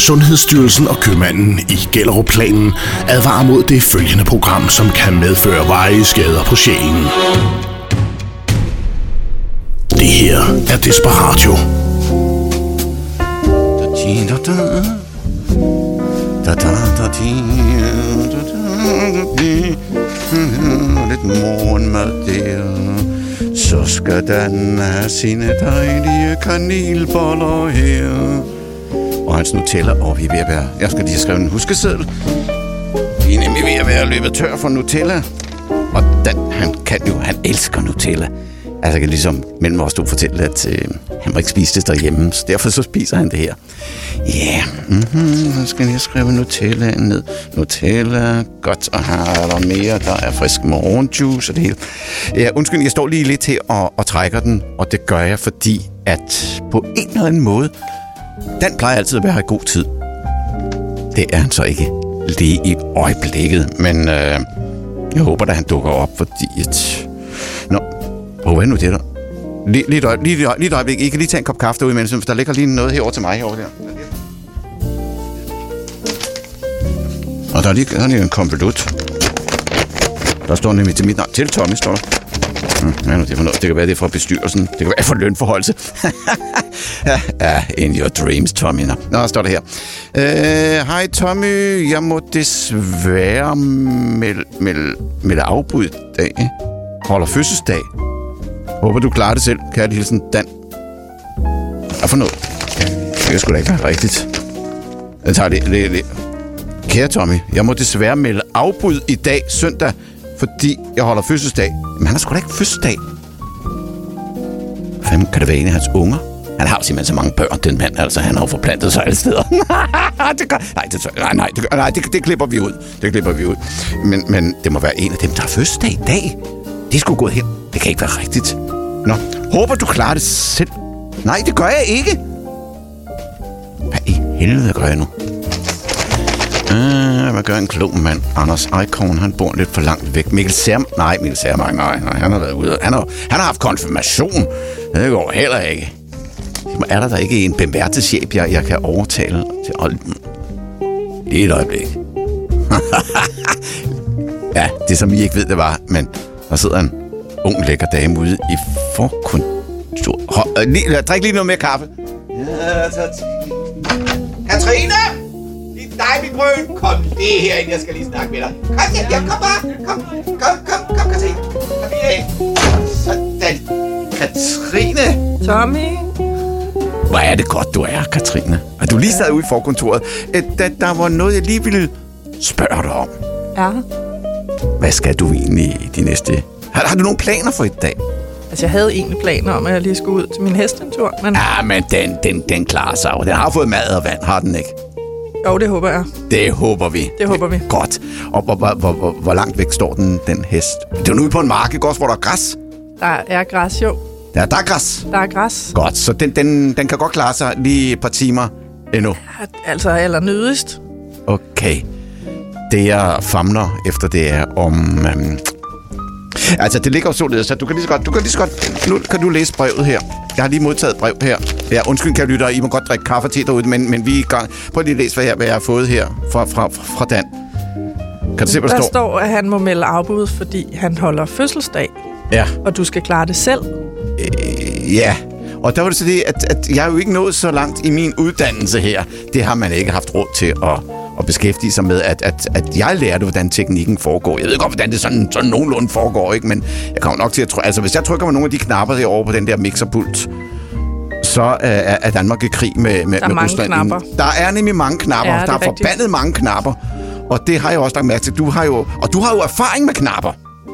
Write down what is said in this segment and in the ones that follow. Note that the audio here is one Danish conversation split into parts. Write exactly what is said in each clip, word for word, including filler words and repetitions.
Sundhedsstyrelsen og købmanden i Gellerupplanen advarer mod det følgende program, som kan medføre varige skader på sjælen. Det her er Desperatio. Lidt morgenmad der. Så skal Dan have sine dejlige kanelboller her. Og hans Nutella, og vi er ved at være... Jeg skal lige have skrevet en huskeseddel. Vi er nemlig ved at være løbet tør for Nutella. Og Dan, han kan jo, han elsker Nutella. Altså, jeg kan ligesom mellem os to fortælle, at øh, han må ikke spise det derhjemme, så derfor så spiser han det her. Ja, yeah. mm-hmm. Så skal jeg lige skrive Nutella ned. Nutella, godt, og her er der mere. Der er frisk morgenjuice og det hele. Ja, undskyld, jeg står lige lidt til og, og trækker den, og det gør jeg, fordi at på en eller anden måde, Dan plejer altid at være i god tid. Det er han så ikke lige i øjeblikket, men øh, jeg håber, at han dukker op, fordi at... Nå, oh, hvad er nu det der? Lige, lige, et øje, lige, lige et øjeblik. I kan lige tage en kop kaffe derude, imens der ligger lige noget herovre til mig herovre der. Og der er lige, der er lige en konvolut. Der står nemlig til mit navn. Til Tommy står der. Hmm, hvad er nu det for noget? Det kan være, det er fra bestyrelsen. Det kan være for lønforholdelse. ja, ja, in your dreams, Tommy. Nå, Nå står det her. Hej, uh, Tommy. Jeg må desværre melde, melde, melde afbud i dag. Holder fødselsdag. Håber, du klarer det selv. Kærlig hilsen, Dan. Hvad for noget? Det er sgu da ikke være rigtigt. Jeg tager det, det, det. Kære Tommy, jeg må desværre melde afbud i dag, søndag, fordi jeg holder fødselsdag. Men han har sgu da ikke fødselsdag. Hvem kan det være en af hans unger? Han har simpelthen så mange børn, den mand. Altså, han har jo forplantet sig alle steder. det gør, nej, det, nej, nej, det, nej det, det klipper vi ud. Det klipper vi ud. Men, men det må være en af dem, der har fødselsdag i dag. Det er sgu gået hen. Det kan ikke være rigtigt. Nå, håber du klarer det selv. Nej, det gør jeg ikke. Hvad i helvede gør jeg nu? Øh, hvad gør en klog mand? Anders Eichhorn, han bor lidt for langt væk. Mikkel Serm... Nej, Mikkel Serm... Nej, nej, han har været ude. Han har, han har haft konfirmation. Det går heller ikke. Er der der ikke en bemærkelseshjælp, jeg, jeg kan overtale til Olden? Lige et øjeblik. ja, det som I ikke ved, det var, men der sidder en ung, lækker dame ude i forkontor. Hold, øh, lige, drik lige noget mere kaffe. Ja, så... Katrine! Det er dig, mit brøn. Kom lige herind, jeg skal lige snakke med dig. Kom, ja, ja, kom bare. Kom, kom, kom, kom, Katrine. Kom lige herind. Sådan. Katrine. Tommy. Hvor er det godt, du er, Katrine. Og du lige sad ude i forkontoret. Der, der var noget, jeg lige ville spørge dig om. Ja. Hvad skal du egentlig de næste... Har, har du nogle planer for i dag? Altså, jeg havde egentlig planer om, at jeg lige skulle ud til min hestetur, men... Ja, men den, den, den klarer sig jo. Den har fået mad og vand, har den ikke? Jo, det håber jeg. Det håber vi. Det håber vi. Godt. Og hvor, hvor, hvor, hvor, hvor langt væk står den, den hest? Det er jo ude på en mark, ikke også, hvor der er græs? Der er græs, jo. Ja, der er græs. Der er græs. Godt, så den, den, den kan godt klare sig lige et par timer endnu. Altså, allernødigst. Okay. Det, jeg famler efter, det er om... Øhm, altså, det ligger jo således, så du kan lige så godt... Du kan lige så godt... Nu kan du læse brevet her. Jeg har lige modtaget brev her. Ja, undskyld, kan jeg lytte, I må godt drikke kaffe til derude, men, men vi er i gang. Prøv lige at læse, hvad jeg, hvad jeg har fået her fra, fra, fra Dan. Kan du se, hvad der står? Der står, at han må melde afbud, fordi han holder fødselsdag. Ja. Og du skal klare det selv. Øh, ja. Og der var det så det, at, at jeg er jo ikke nået så langt i min uddannelse her. Det har man ikke haft råd til at, at beskæftige sig med, at, at, at jeg lærte, hvordan teknikken foregår. Jeg ved godt, hvordan det sådan, sådan nogenlunde foregår, ikke? Men jeg kommer nok til at trykke... Altså, hvis jeg trykker med nogle af de knapper derovre på den der mixerpult, så er, er Danmark i krig med, med, der er med mange Rusland. Knapper. Der er nemlig mange knapper. Ja, der er, er forbandet mange knapper. Og det har jeg også lagt mærke til. Du har jo, og du har jo erfaring med knapper.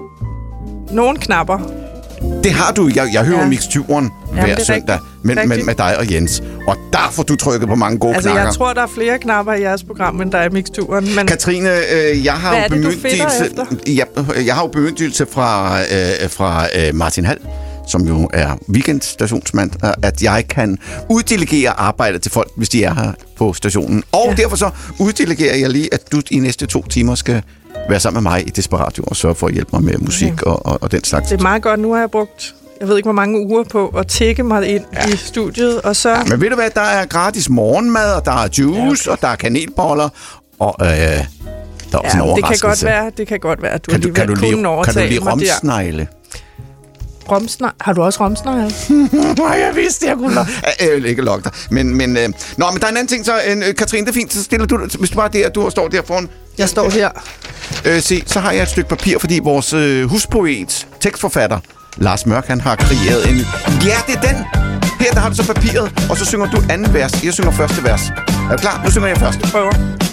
Nogle knapper. Det har du. Jeg, jeg hører ja. Mixturen hver Jamen, søndag med, med, med dig og Jens. Og der får du trykket på mange gode altså, knakker. Altså, jeg tror, der er flere knapper i jeres program, end der er i Mixturen. Men... Katrine, øh, jeg har Hvad jo er det, bemyndigelse... Jeg, jeg har jo bemyndigelse fra, øh, fra øh, Martin Hall, som jo er weekendstationsmand, at jeg kan uddelegere arbejdet til folk, hvis de er her på stationen. Og ja. Derfor så uddelegerer jeg lige, at du i næste to timer skal være sammen med mig i Desperatio og sørge for at hjælpe mig med musik okay. og, og, og den slags. Det er meget godt. Nu har jeg brugt jeg ved ikke, hvor mange uger på at tække mig ind ja. i studiet, og så... Ja, men ved du hvad, der er gratis morgenmad, og der er juice, ja, okay. og der er kanelboller, og øh, der er også ja, en overraskelse. Det kan godt være, det kan godt være, at du kan du, kan du kunne overtage Kan du lide romsnegle? Romsnegle? Har du også romsnegle? Nej, jeg vidste, jeg kunne Jeg vil ikke lokke dig. Men, men, øh, nå, men der er en anden ting, så øh, Katrine, det er fint, så stiller du, hvis du bare der, du står der foran. Jeg står her. Øh, se, så har jeg et stykke papir, fordi vores øh, huspoet, tekstforfatter, Lars Mørk, han har kreeret en... Ja, det er den! Her, der har du så papiret, og så synger du anden vers. Jeg synger første vers. Er du klar? Nu synger jeg først. Prøver.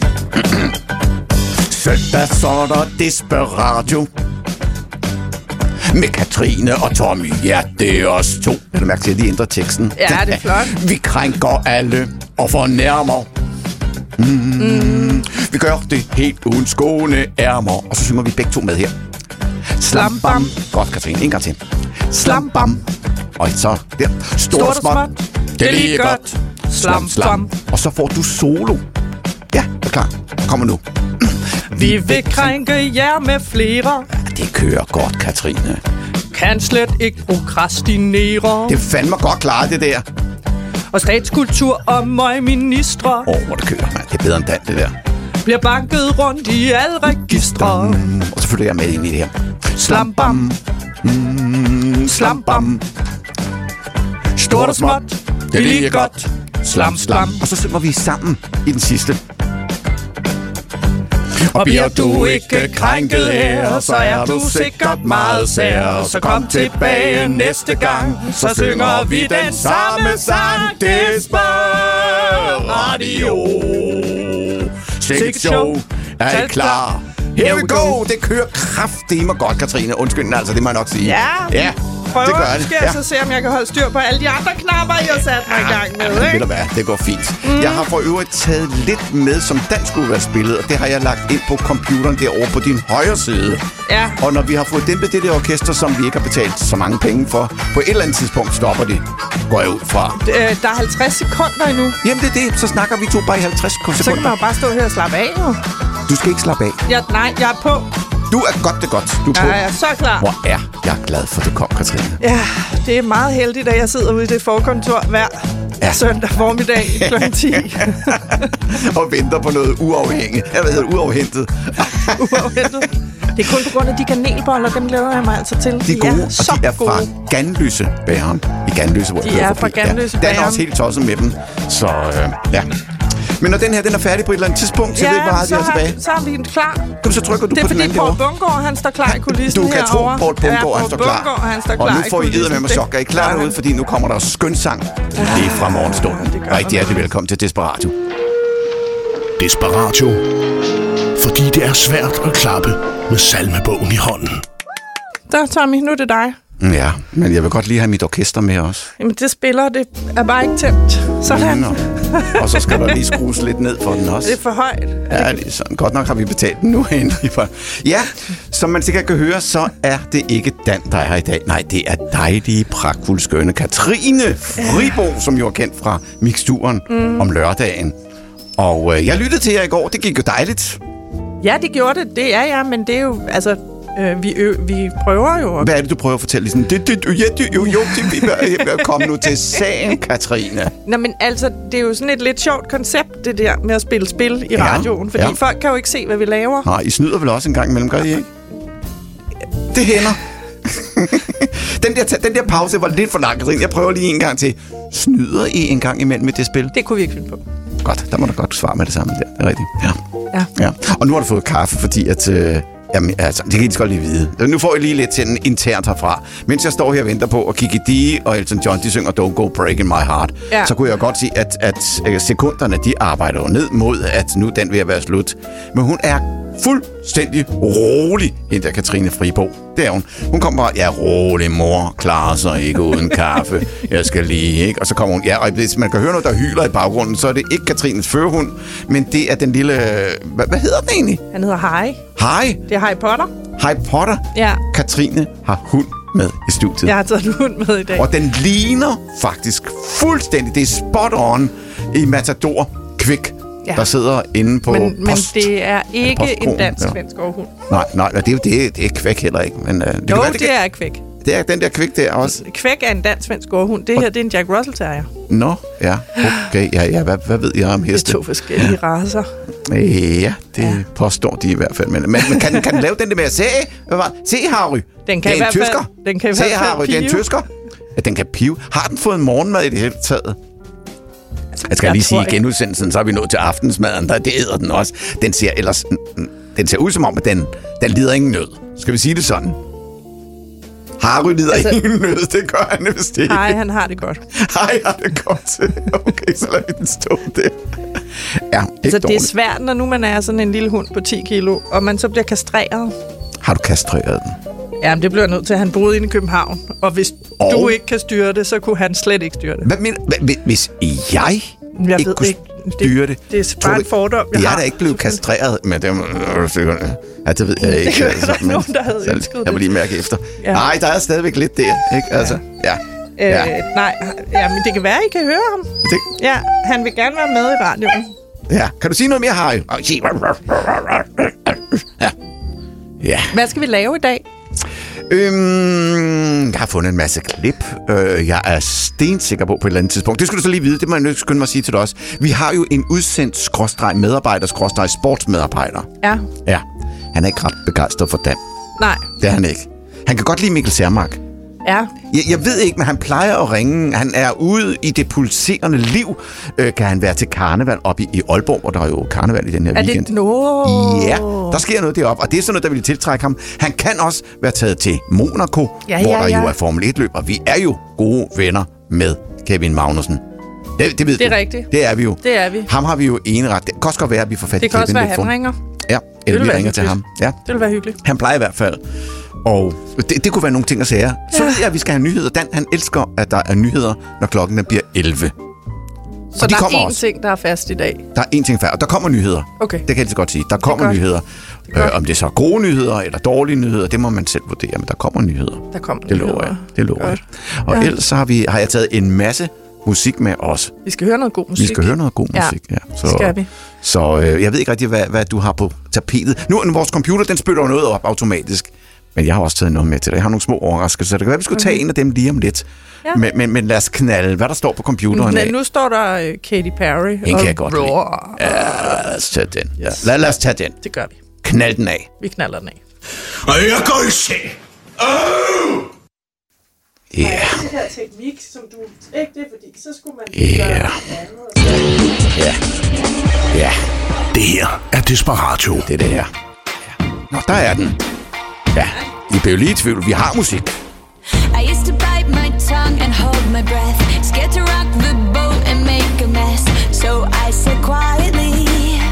Søndag så er der Desperatio med Katrine og Tommy. Ja, det er os to. Kan du mærke til, at de ændrer teksten? Ja, det er flot. Vi krænker alle og fornærmer. Mm. Mm. Vi gør det helt uden skåne ærmer. Og så synger vi begge to med her. Slam bam. Godt, Katrine. En gang til. Slam bam. Og så der. Stort og småt. Det er lige godt. Slam, slam. Og så får du solo. Ja, er klar. Kommer nu. Vi vil krænke jer med flere. Ja, det kører godt, Katrine. Kan slet ikke prokrastinere. Det er fandme godt klaret, det der. Og statskultur og møgministre. Åh, oh, hvor det kører, man. Det er bedre end Dan, det der. Bliver banket rundt i alle registre. Mm, og så følger jeg med ind i det her. Slam bam. Mm, slam bam. Stort og småt. Det er lige godt. Slam, slam. Og så synger vi sammen i den sidste. Og bliver du ikke krænket her, så er du sikkert meget sær. Så kom tilbage næste gang, så synger vi den samme sang. Desperatio. Sikkert show. Er I klar? Here we go! Det kører kraftedeme godt, Katrine. Undskyld, altså, det må jeg nok sige. Ja, ja prøver. Det gør det. Skal jeg ja. så se, om jeg kan holde styr på alle de andre knapper, jeg har sat mig i gang med, ja, ikke? Ved du hvad, det går fint. Mm. Jeg har for øvrigt taget lidt med, som dansk skulle være spillet, og det har jeg lagt ind på computeren derovre på din højre side. Ja. Og når vi har fået dæmpet det der orkester, som vi ikke har betalt så mange penge for, på et eller andet tidspunkt stopper det, går jeg ud fra. D- øh, der er halvtreds sekunder endnu. Jamen det er det, så snakker vi to bare i halvtreds sekunder. Så kan man jo bare stå her og slappe af, jo. Du skal ikke slappe af. Ja, nej, jeg er på. Du er godt det godt. Du er ja, på. jeg er så klar. Hvor er jeg glad for, at du kom, Katrine. Ja, det er meget heldigt, at jeg sidder ude i det forkontor hver ja. søndag formiddag klokken ti. Og venter på noget uafhængigt. Jeg ved, uafhentet. Uafhentet. Det er kun på grund af de kanelboller, dem glæder jeg mig altså til. De er gode, de er så og de er fra Ganløsebæren. I Ganløse, hvor de er fra Ganløsebæren. Ja, den er også helt tosset med dem. Så øh, ja. Men når den her den er færdig på et eller andet tidspunkt, så ja, ved jeg bare, at så, vi er tilbage. så har vi den klar. Jamen, så trykker du det på den anden derovre. Det er fordi Poul Bundgaard, han står klar i kulissen Du kan tro, herovre. Poul Bundgaard, ja, han står klar. Bundgaard, han står klar. Og nu får I edder med mig sokker. Er I klar derude, fordi nu kommer der skønsang lige fra morgenstunden. Ja, rigtig hjertelig velkommen til Desperatio. Desperatio. Fordi det er svært at klappe med salmebogen i hånden. Der, Tommy, nu er det dig. Ja, men jeg vil godt lige have mit orkester med også. Jamen, det spiller, det er bare ikke tændt. Sådan. Nå. Og så skal der lige skrues lidt ned for den også. Det er for højt. Er ja, det er sådan. Godt nok har vi betalt den nu, Henry. Ja, som man sikkert kan høre, så er det ikke Dan, der er her i dag. Nej, det er dejlige, pragtfulde, skønne Katrine Fribo, ja. som jo er kendt fra Mixturen mm. om lørdagen. Og øh, jeg lyttede til jer i går. Det gik jo dejligt. Ja, det gjorde det. Det er jeg, men det er jo... altså. Øh, vi, ø- vi prøver jo... Hvad er det, du prøver at fortælle? Sådan, det, det, ja, det, jo, jo, det, kom nu til sagen, Katrine. Nå, men altså, det er jo sådan et lidt sjovt koncept, det der med at spille spil i ja, radioen. Fordi ja. folk kan jo ikke se, hvad vi laver. Nej, I snyder vel også en gang imellem, gør I ikke? Det hænder. den, der, den der pause var lidt for lang, Katrine. Jeg prøver lige en gang til. Snyder I en gang imellem med det spil? Det kunne vi ikke finde på. Godt, der må du godt svare med det samme der. Det er rigtigt. Ja. Ja. ja. Og nu har du fået kaffe, fordi at... Øh, Jamen, altså, det kan I godt lige vide. Nu får I lige lidt til den internt herfra. Mens jeg står her og venter på, at Kiki D og Elton John, de synger Don't Go Breaking My Heart, ja. så kunne jeg godt sige, at, at sekunderne, de arbejder jo ned mod, at nu den vil være slut. Men hun er fuldstændig rolig, hende der Katrine Fribo. Det er hun. Hun kommer bare, ja, rolig mor, klarer sig ikke uden kaffe. Jeg skal lige, ikke? Og så kommer hun, ja, og hvis man kan høre noget, der hyler i baggrunden, så er det ikke Katrines førhund, men det er den lille, hvad, hvad hedder den egentlig? Han hedder Harry. Harry? Det er Harry Potter. Harry Potter? Ja. Katrine har hund med i studiet. Jeg har taget en hund med i dag. Og den ligner faktisk fuldstændig, det er spot on i Matador Quick. Ja. Der sidder inde på men, post. Men det er ikke en dansk svensk ja. hund. Nej, nej, det er jo det, det er Kvæk heller ikke. Men, uh, det jo, kan være, det, det kan... er Kvæk. Det er den der Kvæk der også. Kvæk er en dansk-svensk gårdhund. Det her, det er en Jack Russell Terrier. Nå, ja. Okay, ja, ja. Hvad, hvad ved jeg om heste? Det er to forskellige racer. Ja, det ja. påstår de i hvert fald. Men, men kan, kan den lave den der med at se? Hvad var Se, Harry. Den kan det er i en hvert tysker. Den kan i Se, hvert fald Harry, det er en tysker. Ja, den kan pive. Har den fået en morgenmad i det hele taget? Jeg skal jeg lige sige, i genudsendelsen, så er vi nået til aftensmaden. Der, det æder den også. Den ser ellers... Den ser ud som om, at den, den lider ingen nød. Skal vi sige det sådan? Harry lider altså, ingen nød, det gør han vist ikke. Nej, han har det godt. Nej, har det godt. Okay, så lader vi den stå der. Ja, altså, det er svært, når nu man er sådan en lille hund på ti kilo, og man så bliver kastreret. Har du kastreret den? Jamen, det bliver nødt til, at han boede inde i København. Og hvis og... du ikke kan styre det, så kunne han slet ikke styre det. Hvad mener du? Hvis jeg, jeg ikke ved kunne ikke. styre det? Det er bare en fordom, jeg, jeg har. er da ikke blevet kastreret, men det er... Ja, det ved jeg ikke. Det altså, der nogen, der havde ønsket det. Jeg må lige mærke efter. Ja. Nej, der er stadigvæk lidt der, ikke? Altså, ja. ja. ja. Øh, nej, ja, men det kan være, I kan høre ham. Det... Ja, han vil gerne være med i radioen. Ja, kan du sige noget mere, Harry? Ja. Ja. Hvad skal vi lave i dag? Øhm, jeg har fundet en masse klip. Øh, jeg er stensikker på på et eller andet tidspunkt. Det skal du så lige vide. Det må jeg nødt skynde mig at sige til dig også. Vi har jo en udsendt skråstreg medarbejder, skråstreg sportsmedarbejder. Ja. Ja. Han er ikke ret begejstret for Dan. Nej. Det er han ikke. Han kan godt lide Mikkel Sermark. Ja. Jeg, jeg ved ikke, men han plejer at ringe. Han er ude i det pulserende liv. Øh, kan han være til karneval oppe i, i Aalborg, hvor der er jo karneval i den her er weekend. Er det no? Ja, der sker noget deroppe, og det er sådan noget, der vil tiltrække ham. Han kan også være taget til Monaco, ja, hvor ja, der ja. jo er Formel et-løb, og vi er jo gode venner med Kevin Magnussen. Det, det ved det er du. rigtigt. Det er vi jo. Det er vi. Ham har vi jo eneret. Det kan også godt være, at vi får fat i Kevin. Det kan også være, at han ringer. Ja, eller vi ringer hyggeligt. til ham. Ja. Det vil være hyggeligt. Han plejer i hvert fald. Og det, det kunne være nogle ting at sige. Ja. Så ved jeg, at vi skal have nyheder. Dan, han elsker, at der er nyheder, når klokken bliver elleve. Så de der er én også. ting, der er fast i dag? Der er én ting fast, og der kommer nyheder. Okay. Det kan jeg så godt sige. Der kommer nyheder. Det øh, om det er så gode nyheder eller dårlige nyheder, det må man selv vurdere, men der kommer nyheder. Der kommer det nyheder. Lover jeg. Det lover jeg. Og ja. ellers så har, vi, har jeg taget en masse musik med os. Vi skal høre noget god musik. Vi skal høre noget god musik, ja. ja. Så, skal vi. Så øh, jeg ved ikke rigtig, hvad, hvad du har på tapetet. Nu er vores computer, den spytter noget op automatisk. Men jeg har også taget noget med til dig. Jeg har nogle små overraskelser. Så det kan være, vi skulle tage okay. en af dem lige om lidt. Ja. Men, men, men lad os knalde, hvad der står på computeren. Men nu står der uh, Katy Perry. Den kan jeg godt lide. Ja, lad os tage den. Ja. Lad, lad os tage den. Det gør vi. Knald den af. Vi knaller den af. Og jeg går i se. Oh! Ja. Yeah. Det her teknik, som du ikke det, fordi så skulle man yeah. gøre andet. Ja. Ja. Det her er Desperatio. Det er det her. Ja. Nå, der er den. Ja, I blev lige i tvivl. Vi har musik. I used to bite my tongue and hold my breath, scared to rock the boat and make a mess. So I said quietly,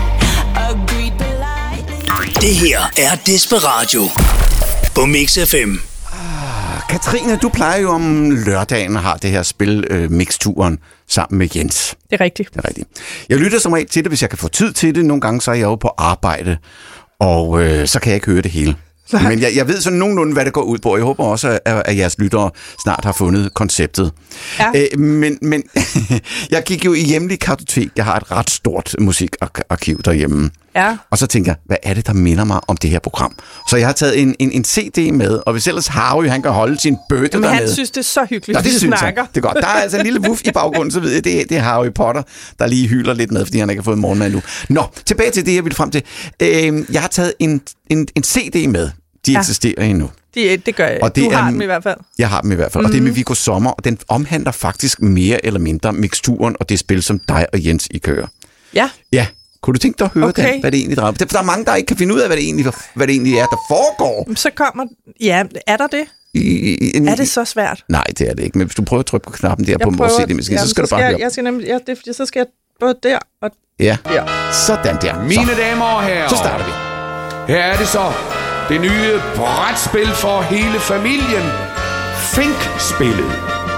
agreed politely. Det her er Desperatio på Mix F M. Ah, Katrine, du plejer jo om lørdagen at have det her spil øh, Mixturen sammen med Jens. Det er rigtigt. Det er rigtigt. Jeg lytter som regel til det, hvis jeg kan få tid til det. Nogle gange så er jeg jo på arbejde, og øh, så kan jeg ikke høre det hele. Men jeg, jeg ved sådan nogenlunde, hvad det går ud på. Jeg håber også, at, at jeres lyttere snart har fundet konceptet. Ja. Æ, men men jeg gik jo i hjemlig kartotek. Jeg har et ret stort musikarkiv derhjemme. Ja. Og så tænker jeg, hvad er det, der minder mig om det her program? Så jeg har taget en, en, en C D med, og hvis ellers Harry, han kan holde sin bøtte Jamen, dernede. han synes, det er så hyggeligt, Nå, det vi synes snakker. Han. Det er godt. Der er altså en lille wuff i baggrunden, så ved jeg, det er, det er Harry Potter, der lige hylder lidt med, fordi han ikke har fået morgenmad nu. Nå, tilbage til det, jeg ville frem til. Øh, jeg har taget en, en, en C D med. De ja. eksisterer endnu. De, det gør jeg. Og det du har er, dem i hvert fald. Jeg har dem i hvert fald. Mm. Og det er med Viggo Sommer, og den omhandler faktisk mere eller mindre Mixturen og det spil, som dig og Jens I kører. Ja. Ja. Kunne du tænke dig at høre okay. den, hvad det egentlig drejer? Der er mange, der ikke kan finde ud af, hvad det egentlig, hvad det egentlig er, der foregår. Så kommer... Ja, er der det? I, i, en, er det så svært? Nej, det er det ikke. Men hvis du prøver at trykke på knappen der jeg på vores C D-maskine, så skal så du bare jeg, høre. Jeg skal nemlig, ja, det, så skal jeg både der og ja. der. Sådan der. Mine så. damer og herrer. Så starter vi. Her er det så. Det nye brætspil for hele familien. Fink-spillet.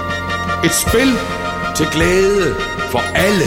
Et spil til glæde for alle.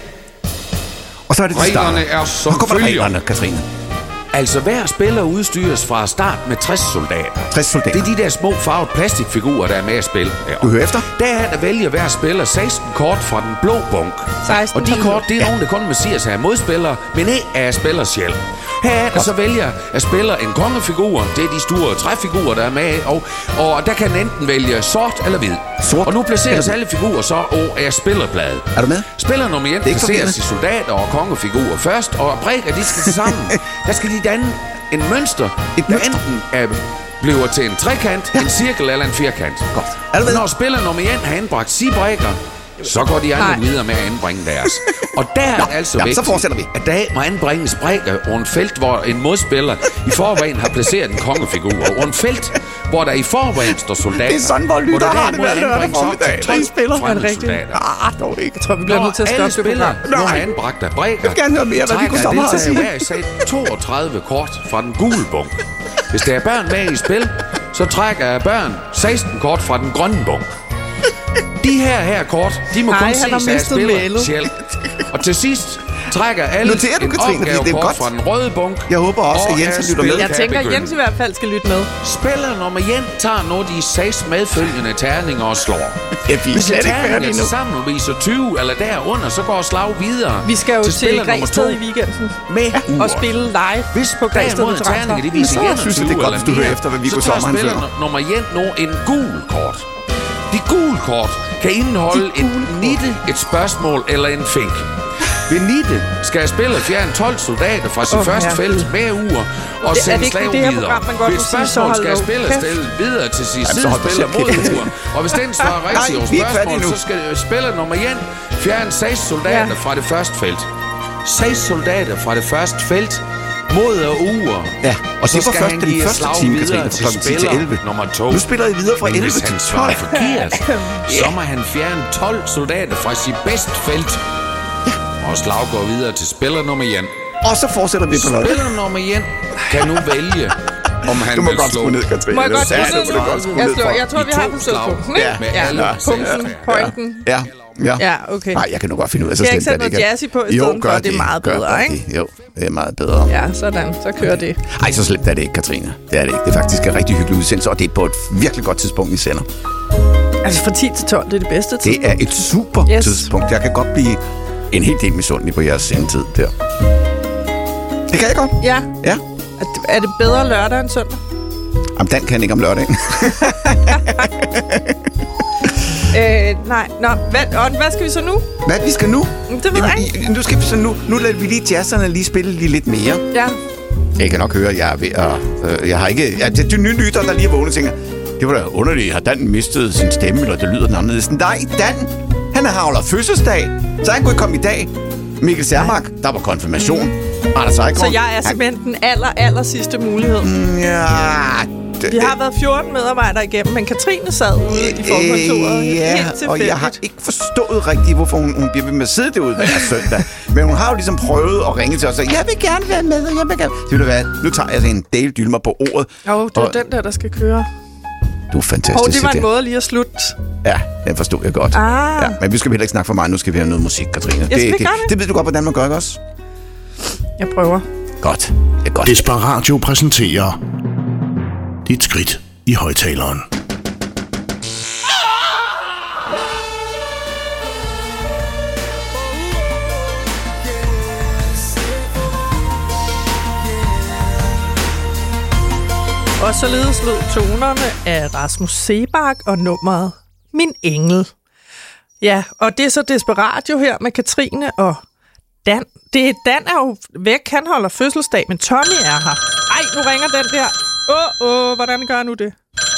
Og så er det reglerne er som Hvor kommer følger. reglerne, Katrine? Altså hver spiller udstyres fra start med tres soldater. tres soldater. Det er de der små farvede plastikfigurer, der er med at spille. Du hører efter? Der er der vælger hver spiller seksten kort fra den blå bunk. seksten Og de kort, det er ja. nogen, der kun må sige sig af modspillere, men ikke af spillers selv. Herefter så vælger jeg at spille en kongefigur. Det er de store træfigurer, der er med. Og, og der kan den enten vælge sort eller hvid. Sort? Og nu placeres alle figurer så og er spillerbladet. Er du med? Spiller nummer et placeres i soldater og kongefigurer først, og brækker, de skal sammen. Der skal de danne en mønster. Et mønster? Enten er, bliver til en trekant, ja. en cirkel eller en firkant. Godt. Er du med? Når spiller nummer et har anbragt sige brækker, så går de andre videre med at anbringe deres. Og der er Nå, altså ja, vigtigt, så fortsætter vi. at der må anbringes brækker over en felt, hvor en modspiller i forvejen har placeret en kongefigur. Over en felt, hvor der i forvejen står soldater. Det er sådan, hvor lytter har det hver lørdag formiddag, når I spiller. Er det rigtigt? Ah, dog ikke. Jeg tror, vi bliver nødt til at stoppe spillere nu har anbragt af brækker, jeg vil gerne høre mere, hvad vi kunne sammen have at sige. Hver især toogtredive kort fra den gule bunke. Hvis der er børn med i spil, så trækker børn seksten kort fra den grønne bunke. De her her kort, de må Ej, kun ses af spiller selv. Og til sidst trækker alle Noterer du, en Katrine, fordi det er opgavekort godt. fra den røde bunke. Jeg håber også, at Jens lytter med. Jeg tænker, at Jens i hvert fald skal lytte med. Spiller nummer Jens tager nu de seks medfølgende terninger og slår. Ja, vi er Hvis slet ikke terningerne færdige til nu. sammen viser tyve eller derunder, så går slag videre. Vi skal jo til, til Græsted i weekenden med uger. og spille live Hvis på Græsted derimod terninger, det viser Så synes jeg, det er godt, hvis du hører efter, hvad vi går så tager sommeren spiller før. nummer Jens nu en gul kort. De gule kort kan indeholde et nitte, et spørgsmål eller en fink. Ved nitte skal spillet fjerne tolv soldater fra sit Åh, første ja. felt hver uge og Det- er sende det ikke slag det her videre. program, man godt Ved må sige, så spørgsmål hold skal dog spillet kæft. stille videre til sin Jamen, så hold da sidespiller selv mod kæft. uger. Og hvis den svarer rigtigt Nej, over vi er ikke færdige spørgsmål, nu. så skal spiller nummer et fjerne seks soldater Ja. fra det første felt. Seks soldater fra det første felt mod og uger. Ja, og Så det var skal først han den give første slag time, videre Katrine, fra til klokken ti til spiller elleve. nummer to. Nu spiller I videre fra Men elleve hvis til han svarer tolv. forkert, så må han fjerne tolv soldater fra sit bedste felt. Og slag går videre til spiller nummer et. Og så fortsætter vi på noget. Spiller nummer et kan nu vælge, om han Du må vil godt slå skrue ned, Katrine. Må jeg godt Ja, skrue du ned må nu? godt skrue Jeg, ned slår, for. jeg tror, vi I har to forstået slag. punkten, ikke? Ja, med Ja, alle punkten, pointen. Ja, ja. Ja, okay. Nej, jeg kan nu godt finde ud af, så Skal jeg slemt ikke er det sætte ikke. noget jazz i på i Jo, stedet gør for? Det er meget gør bedre, det. ikke? Jo, det er meget bedre. Ja, sådan. Så kører det. Ej, så slemt er det ikke, Katrine. Det er det ikke. Det er faktisk en rigtig hyggelig udsendelse, og det er på et virkelig godt tidspunkt, vi sender. Altså fra ti til tolv, det er det bedste tid. Det er et super Yes. tidspunkt. Jeg kan godt blive en helt del misundelig på jeres sendetid der. Det kan jeg godt. Ja. Ja. Er det- Er det bedre lørdag end søndag? Jamen, Dan kan ikke om lørdagen. Øh, nej. Nå, hvad, og hvad skal vi så nu? Hvad vi skal nu? Det ved jeg ikke. Jamen, nu skal vi så nu. Nu lader vi lige jazzerne lige spille lige lidt mere. Ja. Jeg kan nok høre, at jeg er ved at... Øh, jeg har ikke... Ja, det er nye lytter, der lige er vågne og tænker, det var da underligt. Har Dan mistet sin stemme, eller det lyder den anderledes? Nej, Dan, han har holdt fødselsdag, så han kunne ikke komme i dag. Mikkel Sermark, der var konfirmation. Anders Eichhorn, Så jeg er simpelthen den aller, aller sidste mulighed. han, ja, det, Vi har været fjorten medarbejdere igennem, men Katrine sad ude i forkontoret. Øh, ja, helt og tilfældigt. jeg har ikke forstået rigtigt, hvorfor hun, hun bliver ved med at sidde derude hver søndag. Men hun har jo ligesom prøvet at ringe til os og sige, jeg vil gerne være med, jeg vil gerne... Så ved du hvad, nu tager jeg en Dale Dylmer på ordet. Åh, oh, det er og, den der, der skal køre. Du er fantastisk. Og det var en Cynthia. måde lige at slutte. Ja, den forstod jeg godt. Ah. Ja, men vi skal heller ikke snakke for meget. Nu skal vi have noget musik, Katrine. skal vi det, gøre det, det? det ved du godt, hvordan man gør, ikke også? Jeg prøver. Godt. Det er godt. Desperatio præsenterer Dit skridt i højtaleren. Og således lød tonerne af Rasmus Sebak og nummeret Min Engel. Ja, og det er så Desperatio her med Katrine og Dan. Det, Dan er jo væk, han holder fødselsdag, men Tommy er her. Ej, nu ringer den der. Åh, åh, hvordan gør jeg nu det?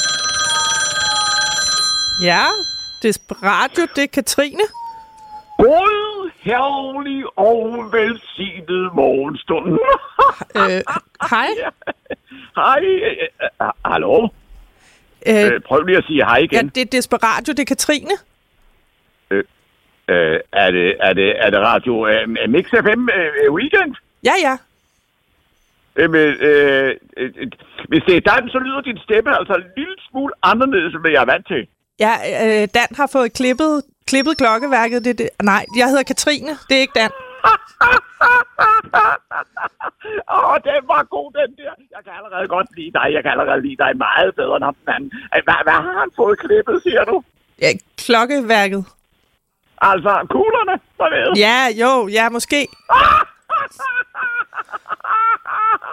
Ja, Desperatio, det er Katrine. God, herlig og velsignet morgenstund. Øh, hej. Hej. Uh, hallo? Øh, Uh, prøv lige at sige hej ja, igen. det er Desperatio, det er Katrine. Uh, er, det, er, det, er det radio uh, Mix F M uh, Weekend? Ja, ja. Uh, men, uh, uh, hvis det er Dan, så lyder din stemme altså en lille smule anderledes, end jeg er vant til. Ja, øh, Dan har fået klippet, klippet klokkeværket. Det, det, nej, jeg hedder Katrine. Det er ikke Dan. Åh, oh, den var god, den der. Jeg kan allerede godt lide dig. Jeg kan allerede lide dig meget bedre end ham den anden. Hvad, hvad har han fået klippet, siger du? Ja, klokkeværket. Altså, kuglerne, hvad ved? Ja, jo, ja, måske.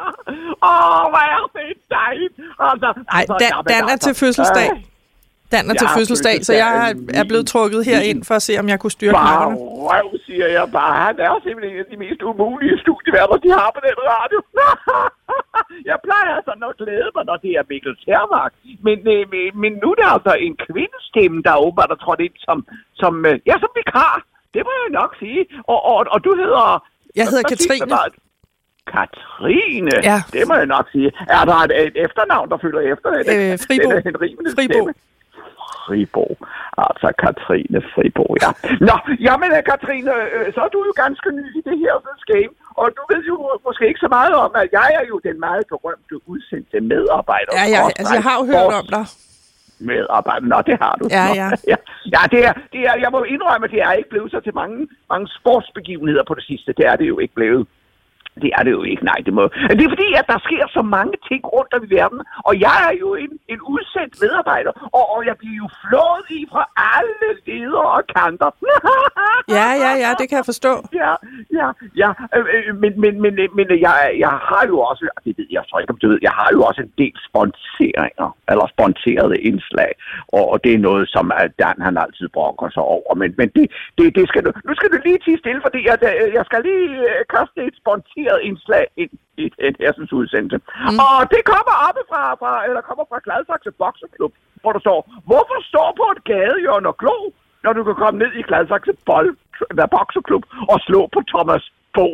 Åh, hvad er det dejligt. Altså, Nej, altså, Dan, jamen, Dan er altså, til fødselsdag. øh, Dan er til Ja, fødselsdag, så jeg er blevet trukket herind for at se, om jeg kunne styre Bare knapperne. røv, siger jeg bare. Han er simpelthen en af de mest umulige studieværter, de har på den radio. Jeg plejer sådan at glæde mig, når det er Mikkel Termark. Men, øh, men, men nu er der altså en kvindestemme, der åbenbart er trådt ind som, som, øh, ja, som vikar. Det må jeg nok sige. Og, og, og du hedder... Jeg hedder hvad Katrine. siger du? Katrine? Ja. Det må jeg nok sige. Er der et, et efternavn, der følger efter det? Øh, Fribo. Den er en rimelig Fribo. stemme. Fribo. Altså, Katrine Fribo, ja. Nå, jamen, Katrine, øh, så er du jo ganske ny i det her game, og du ved jo måske ikke så meget om, at jeg er jo den meget berømte udsendte medarbejder. Ja, ja, altså jeg har jo hørt om dig. Medarbejder. Nå, det har du. Ja, Nå, ja. ja, ja det, er, det er, jeg må indrømme, at det er ikke blevet så til mange, mange sportsbegivenheder på det sidste. Det er det jo ikke blevet. Det er det jo ikke, nej. Det, må... det er fordi, at der sker så mange ting rundt om i verden, og jeg er jo en, en udsendt medarbejder, og, og jeg bliver jo flået i fra alle ledere og kanter. Ja, ja, ja, det kan jeg forstå. Ja, ja, ja. Øh, men men, men, men jeg, jeg har jo også, det ved jeg så ikke, om du ved, jeg har jo også en del sponseringer, eller sponserede indslag, og, og det er noget, som Dan han altid brokker sig over. Men, men det, det, det skal du, nu skal du lige tige stille, fordi jeg, jeg skal lige kaste et sponseret indslag ind i en hersens udsendelse. Mm. Og det kommer oppe fra, fra, eller kommer fra Gladsaxe Bokseklub, hvor der står, hvorfor stå på et gadehjørne og glo, når du kan komme ned i Gladsaxe Bokseklub og slå på Thomas Bo?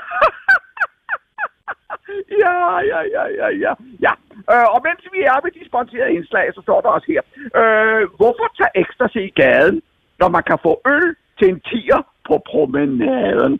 ja, ja, ja, ja, ja. ja. Øh, og mens vi er ved de sponserede indslag, så står der også her, øh, hvorfor tage ecstasy i gaden, når man kan få øl til en tier på promenaden?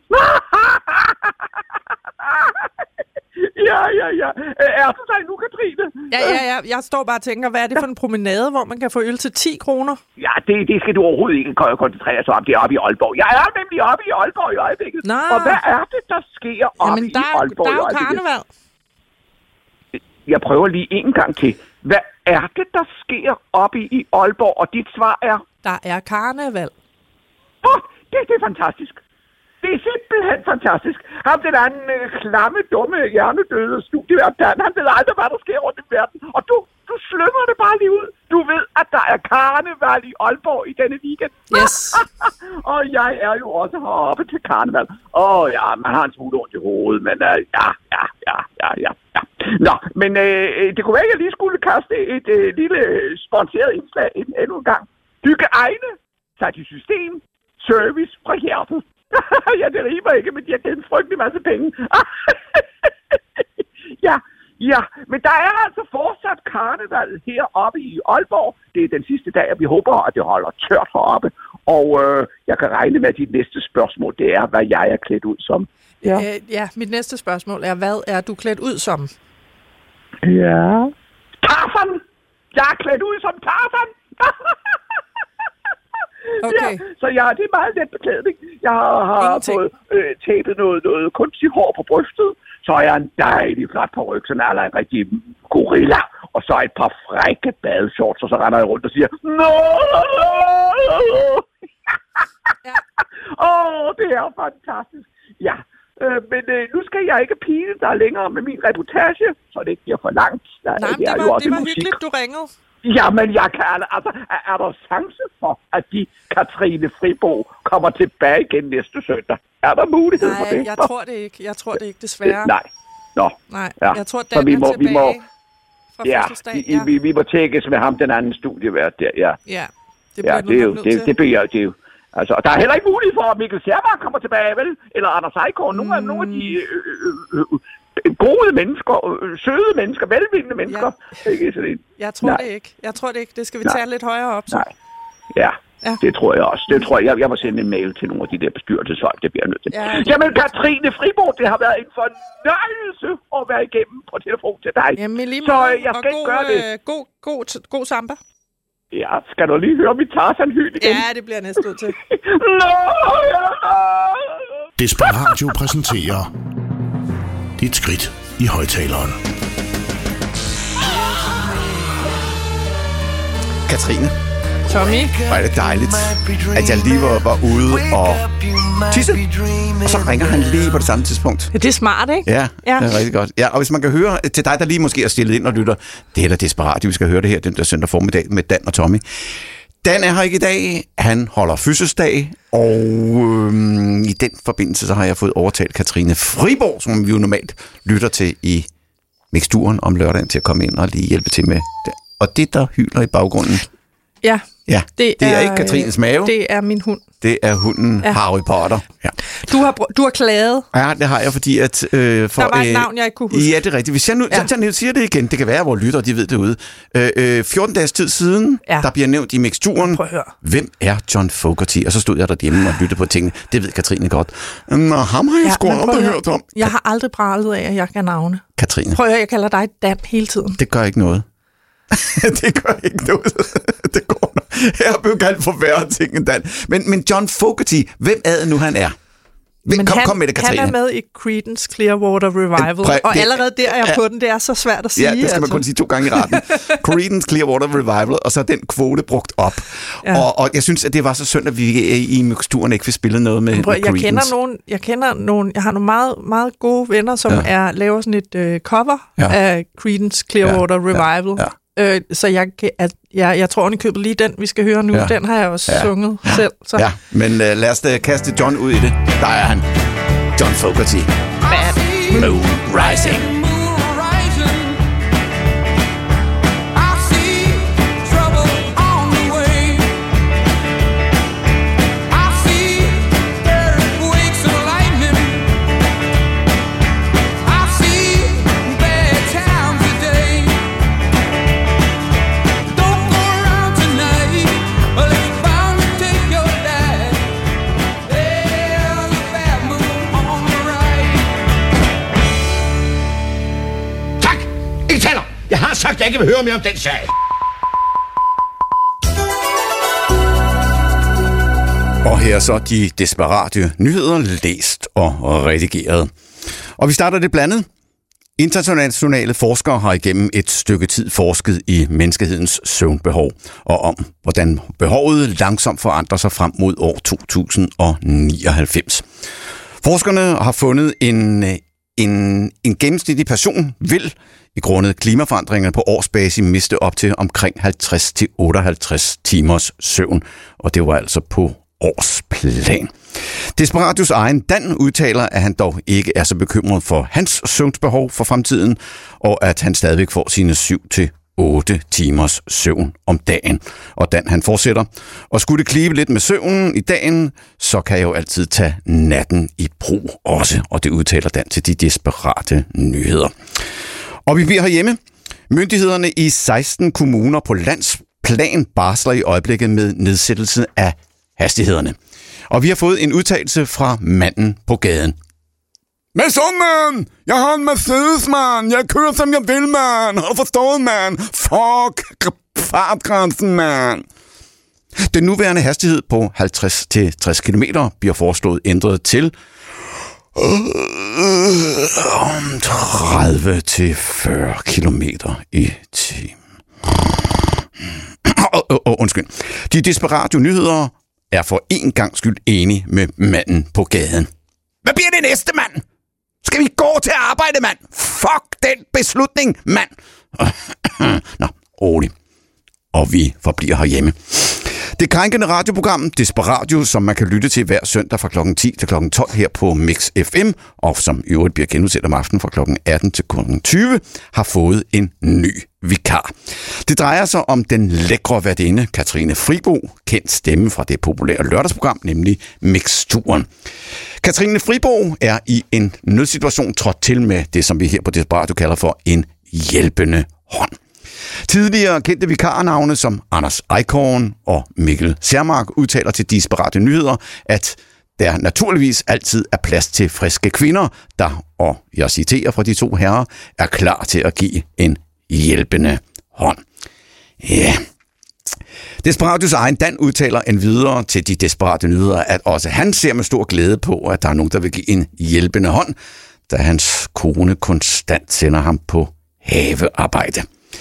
ja, ja, ja. Er du så nu, Katrine? Ja, ja, ja. Jeg står bare og tænker, hvad er det for en promenade, hvor man kan få øl til ti kroner? Ja, det, det skal du overhovedet ikke koncentrere sig om. Det er oppe i Aalborg. Jeg er nemlig oppe i Aalborg i øjeblikket. Nå. Og hvad er det, der sker oppe Jamen, der, i Aalborg der er i jo øjeblikket? karneval. Jeg prøver lige en gang til. Hvad er det, der sker oppe i Aalborg? Og dit svar er? Der er karneval. Åh, oh, det, det er fantastisk. Det er simpelthen fantastisk. Ham den anden øh, klamme, dumme, hjernedøde studievært, han ved aldrig, hvad der sker rundt i verden. Og du, du slynger det bare lige ud. Du ved, at der er karneval i Aalborg i denne weekend. Yes. Og jeg er jo også heroppe til karneval. Åh oh, ja, man har en smule ondt i hovedet, men øh, ja, ja, ja, ja, ja, ja. Nå, men øh, det kunne være, at jeg lige skulle kaste et øh, lille sponsoreret indslag endnu en gang. Bygge egne, sat i system, service fra hjertet. ja, det rimer ikke, men de har givet en frygtelig masse penge. ja, ja, men der er altså fortsat karneval heroppe i Aalborg. Det er den sidste dag, og vi håber, at det holder tørt heroppe. Og øh, jeg kan regne med, at dit næste spørgsmål, det er, hvad jeg er klædt ud som. Ja. Øh, ja, mit næste spørgsmål er, hvad er du klædt ud som? Ja. Tarzan! Jeg er klædt ud som Tarzan! Okay. Ja, så ja, det er meget let beklædning. Jeg har Ingenting. fået øh, tæppet noget, noget kunstigt hår på brystet. Så er jeg en dejlig flot paryk, sådan er en rigtig gorilla. Og så et par frække badeshorts, og så render jeg rundt og siger, no! Ja. Åh, oh, det er fantastisk. Ja, øh, men øh, nu skal jeg ikke pine dig længere med min reportage, så det ikke bliver for langt. Der, Nej, men det, det er var, jo også det var musik. hyggeligt, du ringede. Jamen, jeg kan altså, er, er der chance for, at de Katrine Fribo kommer tilbage igen næste søndag? Er der mulighed Nej, for det? jeg tror det ikke. Jeg tror det ikke, desværre. Øh, nej. Nå. Nej, Ja. jeg tror, Så Dan vi er må- vi tilbage må- fra Ja, fødselsdag. vi, vi, vi må tækkes med ham, den anden studievært der, ja. Ja, det bliver Ja, nu det er jo, nok nødt det, til. det bliver det er jo. Altså, og der er heller ikke mulighed for, at Mikkel Serberg kommer tilbage, vel? Eller Anders Eikård, nogle, af, Mm. nogle af de øh, øh, øh, gode mennesker, øh, søde mennesker, velvilende mennesker. Ja. Ikke sådan en. Jeg tror Nej. det ikke. Jeg tror det ikke. Det skal vi Nej. tage lidt højere op. Så. Nej. Ja, Ja. ja, det tror jeg også. Det tror jeg. Jeg, jeg må sende en mail til nogle af de der bestyrelsesfolk, det bliver jeg nødt til. Ja, Ja, det- Jamen, Katrine Fribo, det har været en fornøjelse at være igennem på telefon til dig. Jamen, i lige Så måde, øh, jeg skal og ikke god, gøre det. øh, god, god, god samba. Ja, skal du lige høre mit Tarzan-hyl igen? Ja, det bliver jeg næsten ud til. Nå, ja. Desperatio præsenterer Dit skridt i højtaleren. Katrine, Tommy. Var det dejligt, at jeg lige var, var ude og tisse, og så ringer han lige på det samme tidspunkt. Ja, det er smart, ikke? Ja, ja, det er rigtig godt. Ja, og hvis man kan høre, til dig, der lige måske er stillet ind og lytter, det er da Desperat, vi skal høre det her den der søndag formiddag med Dan og Tommy. Dan er her ikke i dag, han holder fødselsdag, og øhm, i den forbindelse så har jeg fået overtalt Katrine Friborg, som vi jo normalt lytter til i Mixturen om lørdagen, til at komme ind og lige hjælpe til med det. Og det, der hyler i baggrunden, ja, ja det, det er, er ikke Katrines mave. Det er min hund. Det er hunden ja. Harry Potter. Ja. Du har du har klaget. Ja, det har jeg, fordi at... Øh, for, der var et øh, navn, jeg ikke kunne huske. Ja, det er rigtigt. Hvis jeg nu ja. så, jeg siger det igen, det kan være, hvor lytter, de ved det ude. Øh, øh, fjorten dages tid siden, ja. Der bliver nævnt i Mixturen, hvem er John Fogerty? Og så stod jeg derhjemme og lyttede på tingene. Det ved Katrine godt. Nå, ham har jeg ja, sgu aldrig hørt om. Jeg har aldrig pralet af, at jeg kan navne. Katrine. Prøv at høre, jeg kalder dig Dan hele tiden. Det gør ikke noget. det gør ikke noget. det går noget. Jeg blev kaldt for værre ting end Dan. Men, men John Fogerty, hvem er det nu, han er? Men kom, han, kom med det, Katrine. Han er med i Creedence Clearwater Revival, Præ- og allerede der er jeg ja, på den. Det er så svært at sige. Ja, det skal altså. man kun sige to gange i retten. Creedence Clearwater Revival, og så er den kvote brugt op. Ja. Og, og jeg synes, at det var så synd, at vi i Mixturen ikke fik spillet noget med, Prøv, med jeg kender nogen, jeg kender nogen, jeg har nogle meget, meget gode venner, som ja. er laver sådan et øh, cover ja. af Creedence Clearwater ja. Revival. Ja. Ja. Øh, så jeg, jeg, jeg, jeg tror, at købet lige den, vi skal høre nu, ja. den har jeg også ja. sunget ja. selv. Så. Ja, men uh, lad os da kaste John ud i det. Der er han. John Fogerty. Bad Moon Rising. Jeg har sagt, at jeg ikke vil høre mere om den sag. Og her så de desperate nyheder, læst og redigeret. Og vi starter det blandet. Internationale forskere har igennem et stykke tid forsket i menneskehedens søvnbehov, og om, hvordan behovet langsomt forandrer sig frem mod år to tusind nioghalvfems. Forskerne har fundet en, en, en gennemsnitlig person vil i grundet klimaforandringerne på årsbasis miste op til omkring halvtreds til otteoghalvtreds timers søvn, og det var altså på årsplan. Desperados egen Dan udtaler, at han dog ikke er så bekymret for hans søvnsbehov for fremtiden, og at han stadigvæk får sine syv til otte timers søvn om dagen. Og Dan han fortsætter, og skulle det klibe lidt med søvnen i dagen, så kan jeg jo altid tage natten i brug også, og det udtaler Dan til de desperate nyheder. Og vi bliver herhjemme. Myndighederne i seksten kommuner på landsplan barsler i øjeblikket med nedsættelse af hastighederne. Og vi har fået en udtalelse fra manden på gaden. Hvad så, man? Jeg har en Mercedes, man. Jeg kører, som jeg vil, man. Har du forstået, man? Fuck fartgrænsen, man. Den nuværende hastighed på halvtreds til tres kilometer bliver foreslået ændret til tredive til fyrre kilometer i timen. Oh, oh, oh, undskyld. De desperate nyheder er for en gang skyld enige med manden på gaden. Hvad bliver det næste, mand? Skal vi gå til arbejde, mand? Fuck den beslutning, mand! Nå, rolig. Og vi forbliver herhjemme. Det krænkende radioprogram Desperatio, som man kan lytte til hver søndag fra klokken ti til klokken tolv her på Mix F M, og som i øvrigt bliver genudsendt om aftenen fra klokken atten til klokken tyve, har fået en ny vikar. Det drejer sig om den lækre værtinde Katrine Friborg, kendt stemme fra det populære lørdagsprogram, nemlig Mixturen. Katrine Friborg er i en nødsituation trådt til med det, som vi her på Desperatio kalder for en hjælpende hånd. Tidligere kendte vikarnavne som Anders Eichhorn og Mikkel Sermark udtaler til Desperate Nyheder, at der naturligvis altid er plads til friske kvinder, der, og jeg citerer fra de to herrer, er klar til at give en hjælpende hånd. Ja. Desperatios egen Dan udtaler en videre til de Desperate Nyheder, at også han ser med stor glæde på, at der er nogen, der vil give en hjælpende hånd, da hans kone konstant sender ham på havearbejde.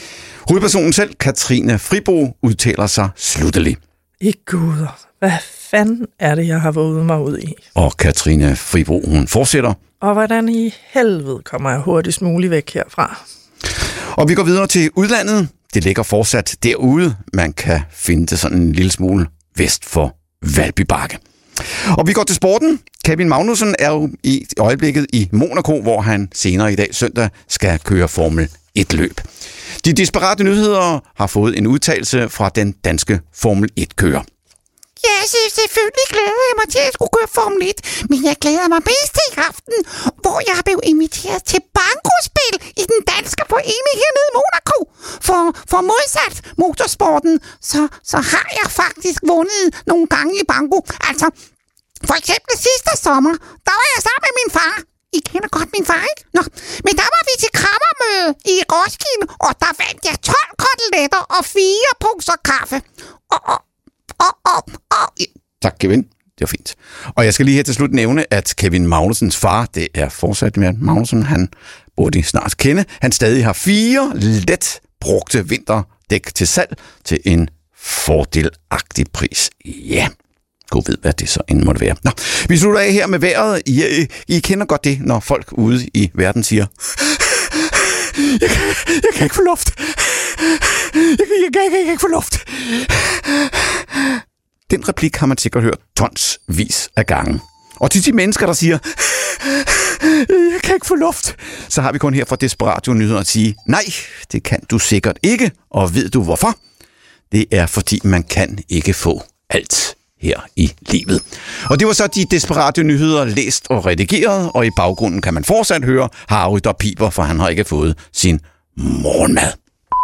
Hovedpersonen selv, Katrine Fribo, udtaler sig sluttelig. I guder, hvad fanden er det, jeg har våget mig ud i? Og Katrine Fribo, hun fortsætter. Og hvordan i helvede kommer jeg hurtigst muligt væk herfra? Og vi går videre til udlandet. Det ligger fortsat derude. Man kan finde det sådan en lille smule vest for Valby Bakke. Og vi går til sporten. Kevin Magnussen er jo i øjeblikket i Monaco, hvor han senere i dag søndag skal køre Formel et-løb. De desperate nyheder har fået en udtalelse fra den danske Formel et-kører. Ja, så selvfølgelig glæder jeg mig til at skulle køre Formel et, men jeg glæder mig mest til i aften, hvor jeg blev inviteret til bankospil i den danske forening hernede i Monaco. For, for modsat motorsporten, så, så har jeg faktisk vundet nogle gange i banko. Altså, for eksempel sidste sommer, der var jeg sammen med min far. I kender godt min far, ikke? Nå, men der var vi til krammermøde i Roskilde, og der vandt jeg tolv koteletter og fire poser kaffe. Og, og Oh, oh, oh. Tak, Kevin. Det var fint. Og jeg skal lige her til slut nævne, at Kevin Magnusens far, det er fortsat med Magnussen, han burde I snart kende, han stadig har fire let brugte vinterdæk til salg til en fordelagtig pris. Ja, god ved, hvad det så end måtte være. Nå, vi slutter af her med vejret. I, I, I kender godt det, når folk ude i verden siger, jeg kan, jeg kan ikke få luft. Jeg kan, jeg, kan, jeg kan ikke få luft. Den replik har man sikkert hørt tonsvis af gange. Og til de mennesker, der siger, jeg kan ikke få luft, så har vi kun her fra Desperatio Nyheder at sige, nej, det kan du sikkert ikke. Og ved du hvorfor? Det er fordi, man kan ikke få alt her i livet. Og det var så de Desperatio Nyheder læst og redigeret, og i baggrunden kan man fortsat høre Harry, der piber, for han har ikke fået sin morgenmad.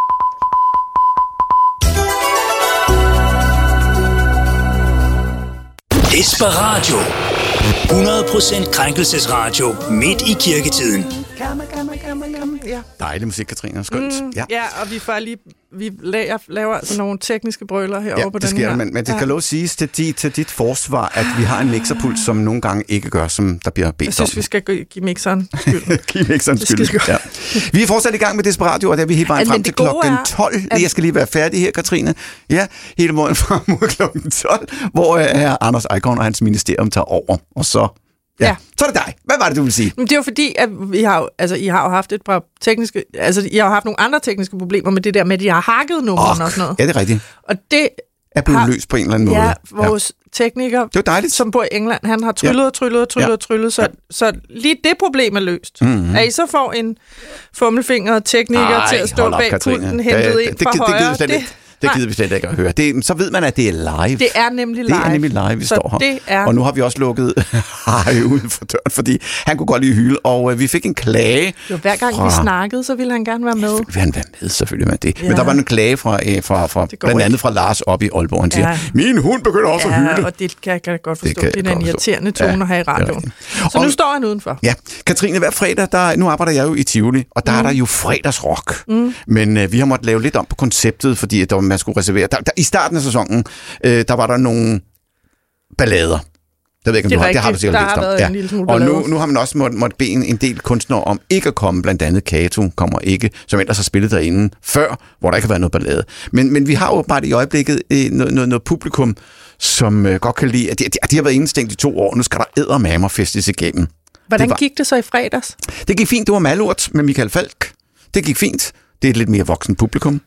Desperatio. hundrede procent krænkelsesradio midt i kirketiden. Come, come, come, come. Ja. Dejlig musik, Katrine. Skønt. Mm, ja. ja, og vi får lige vi laver, laver altså nogle tekniske brøler herovre ja, på det den sker, her. Men, men det skal ja. lov siges til, dit, til dit forsvar, at vi har en mixerpuls, som nogle gange ikke gør, som der bliver bedt om. Jeg synes, om. vi skal give mixeren skylden. Give mixeren skylden, ja. Vi er fortsat i gang med Desperatio, og der er vi helt vejen frem til klokken tolv. At... Jeg skal lige være færdig her, Katrine. Ja, hele morgen frem mod klokken tolv, hvor uh, Anders Eichhorn og hans ministerium tager over. Og så... Ja. ja, så er det dig. Hvad var det, du ville sige? Men det er jo fordi, at vi har jo, altså, I har jo haft et par tekniske... Altså, I har jo haft nogle andre tekniske problemer med det der med, at de har hakket nummerne og sådan noget. Ja, det er rigtigt. Og det er blevet har, løst på en eller anden måde. Ja, vores ja. tekniker, det var dejligt. som bor i England, han har tryllet og tryllet og tryllet og tryllet, så, ja. så lige det problem er løst. Mm-hmm. At I så får en fummelfingret tekniker Ej, til at stå bag pulten, hentet ja, ind fra det, højre. Det, det, det, det gider vi slet ikke at høre. Det, så ved man, at det er live. Det er nemlig live. Det er nemlig live, vi så står her. Det er... Og nu har vi også lukket Harry ud for døren, fordi han kunne godt lide hylde, og øh, vi fik en klage. Jo, hver gang fra... vi snakkede, så ville han gerne være med. Vil han være med, selvfølgelig med det. Ja. Men der var en klage fra, øh, fra, fra blandt andet fra Lars op i Aalborg. Han siger, ja. min hund begynder også ja, at hylde. Og det kan jeg, kan jeg godt forstå. Det, det er en irriterende tone ja, at have i radioen. Så og, nu står han udenfor. Ja, Katrine, hver fredag, der, nu arbejder jeg jo i Tivoli, og der mm. er der jo fredagsrock. Mm. Men øh, vi har måttet lave lidt om på konceptet, fordi der, man skulle reservere... Der, der, I starten af sæsonen, øh, der var der nogle ballader. Jeg ved ikke, om du har, det har du sikkert læst om. Ja. En lille smule og nu, nu har man også måttet måtte bede en, en del kunstnere om ikke at komme, blandt andet Kato kommer ikke, som ellers har spillet derinde før, hvor der ikke har været noget ballade. Men, men vi har jo bare i øjeblikket øh, noget, noget, noget publikum, som øh, godt kan lide, at de, de har været indestængt i to år, nu skal der eddermame festes igennem. Hvordan det var, gik det så i fredags? Det gik fint, det var Malurt med Michael Falk. Det gik fint. Det er et lidt mere voksen publikum.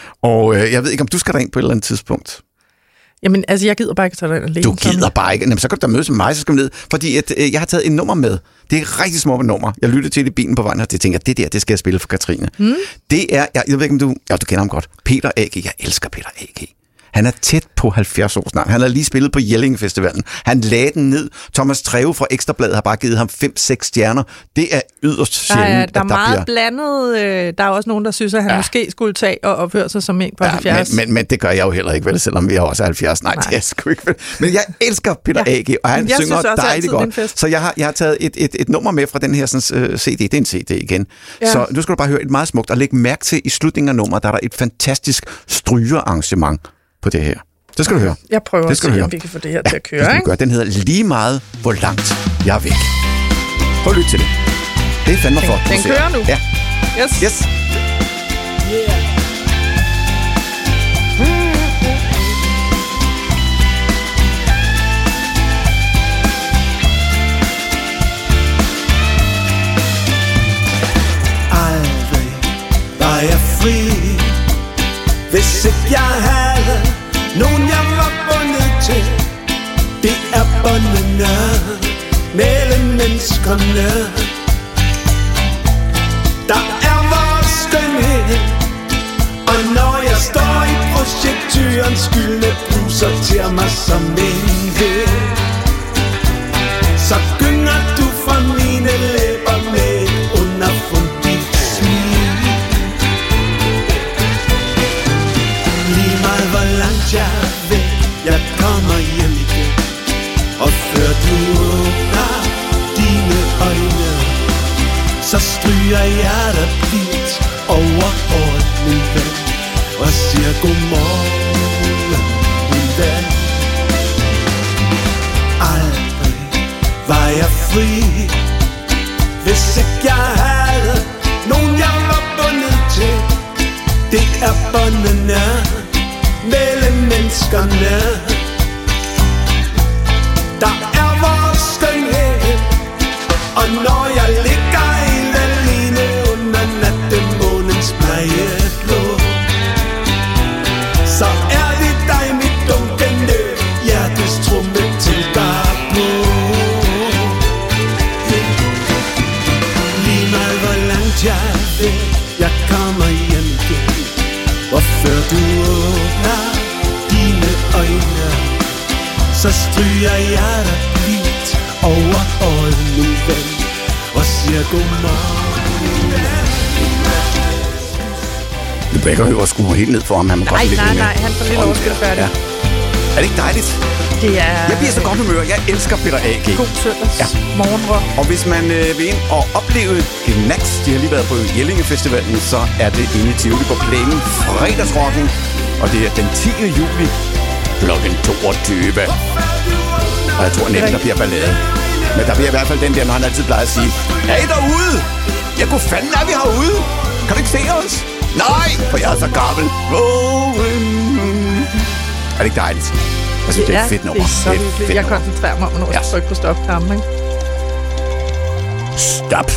Og øh, jeg ved ikke, om du skal derind på et eller andet tidspunkt. Jamen, altså, jeg gider bare ikke tage dig alene. Du gider sådan. bare ikke. Jamen, så kan du da mødes med mig, så skal vi ned. Fordi at, øh, jeg har taget et nummer med. Det er et rigtig smukke nummer. Jeg lyttede til det i bilen på vejen, og det tænker jeg, det der, det skal jeg spille for Katrine. Hmm? Det er, jeg, jeg ved ikke, om du... Ja, du kender ham godt. Peter A G. Jeg elsker Peter A G. Han er tæt på halvfjerds år snart. Han har lige spillet på Jelling Festivalen. Han lagde den ned. Thomas Treve fra Ekstrabladet har bare givet ham fem seks stjerner. Det er yderst sjældent, der er, der at der meget bliver... blandet. Øh, der er også nogen, der synes, at han ja. måske skulle tage og opføre sig som en på ja, halvfjerds. Men, men, men det gør jeg jo heller ikke, vel, selvom vi er også halvfjerds. Nej, Nej. det er sgu ikke vel. Men jeg elsker Peter ja. A G, og han jeg synger dejligt godt. Så jeg har, jeg har taget et, et, et nummer med fra den her sådan, uh, C D. Det er en C D igen. Ja. Så nu skal du bare høre et meget smukt, og lægge mærke til, i slutningen af nummeret, der er der et fantastisk strygearrangement på det her. Det skal du høre. Jeg prøver det skal at se, høre. om vi kan få det her ja, til at køre. Ikke? Den hedder Lige meget, hvor langt jeg er væk. Prøv at lytte til det. Det er fandme den, flot. Den kører nu? Ja. Yes. Yes. Yeah. fri, hvis ikke jeg havde nogen jeg var bundet til. Det er båndene mellem menneskerne. Der er vores skønhed, og når jeg står i projektørens gyldne bluser til mig som en ved, så gynger du fra mine læber med et underfundigt smil. Lige meget hvor langt jeg er væk, jeg kommer hjem igen. Og før du åbner dine øjne, så stryger jeg dig blidt over året, min ven, og siger godmorgen, min ven. Aldrig var jeg fri, hvis ikke jeg havde nogen jeg var bundet til. Det er båndene mellem menneskerne. Der er vores skønhed, og når jeg ligger helt alene under nattemånens blege blå, så er det dig mit dunkende hjertes tromme tænker på. Lige meget hvor langt jeg er væk, jeg kommer hjem igen. Og før du åbner dine øjne, så stryger jeg dig blidt over året, min ven, og siger godmorgen. Du kan ikke høre at skrue helt ned for ham. Han må Nej, godt nej, nej, han får lige lov at spille færdig. Ja. Er det ikke dejligt? Det er... Jeg bliver så godt humør. Jeg elsker Peter A G. God søndags Ja. morgenrør. Og hvis man øh, vil ind og opleve Gnax, de har lige været på Jellinge Festivalen, så er det inde i Tivoli på plænen fredagsrocken. Og det er den tiende juli klokken toogtyve. Og jeg tror nemlig, der bliver ballade. Men der bliver i hvert fald den der, når han altid plejer at sige, er I derude? Ja, hvor fanden er vi herude? Kan du ikke se os? Nej, for jeg er så gammel. Er det ikke dejligt? Jeg synes, det er et fedt nummer. Det er så hyggeligt. Jeg koncentrerer mig om, når jeg trykker på stopknappen, ikke? Stop.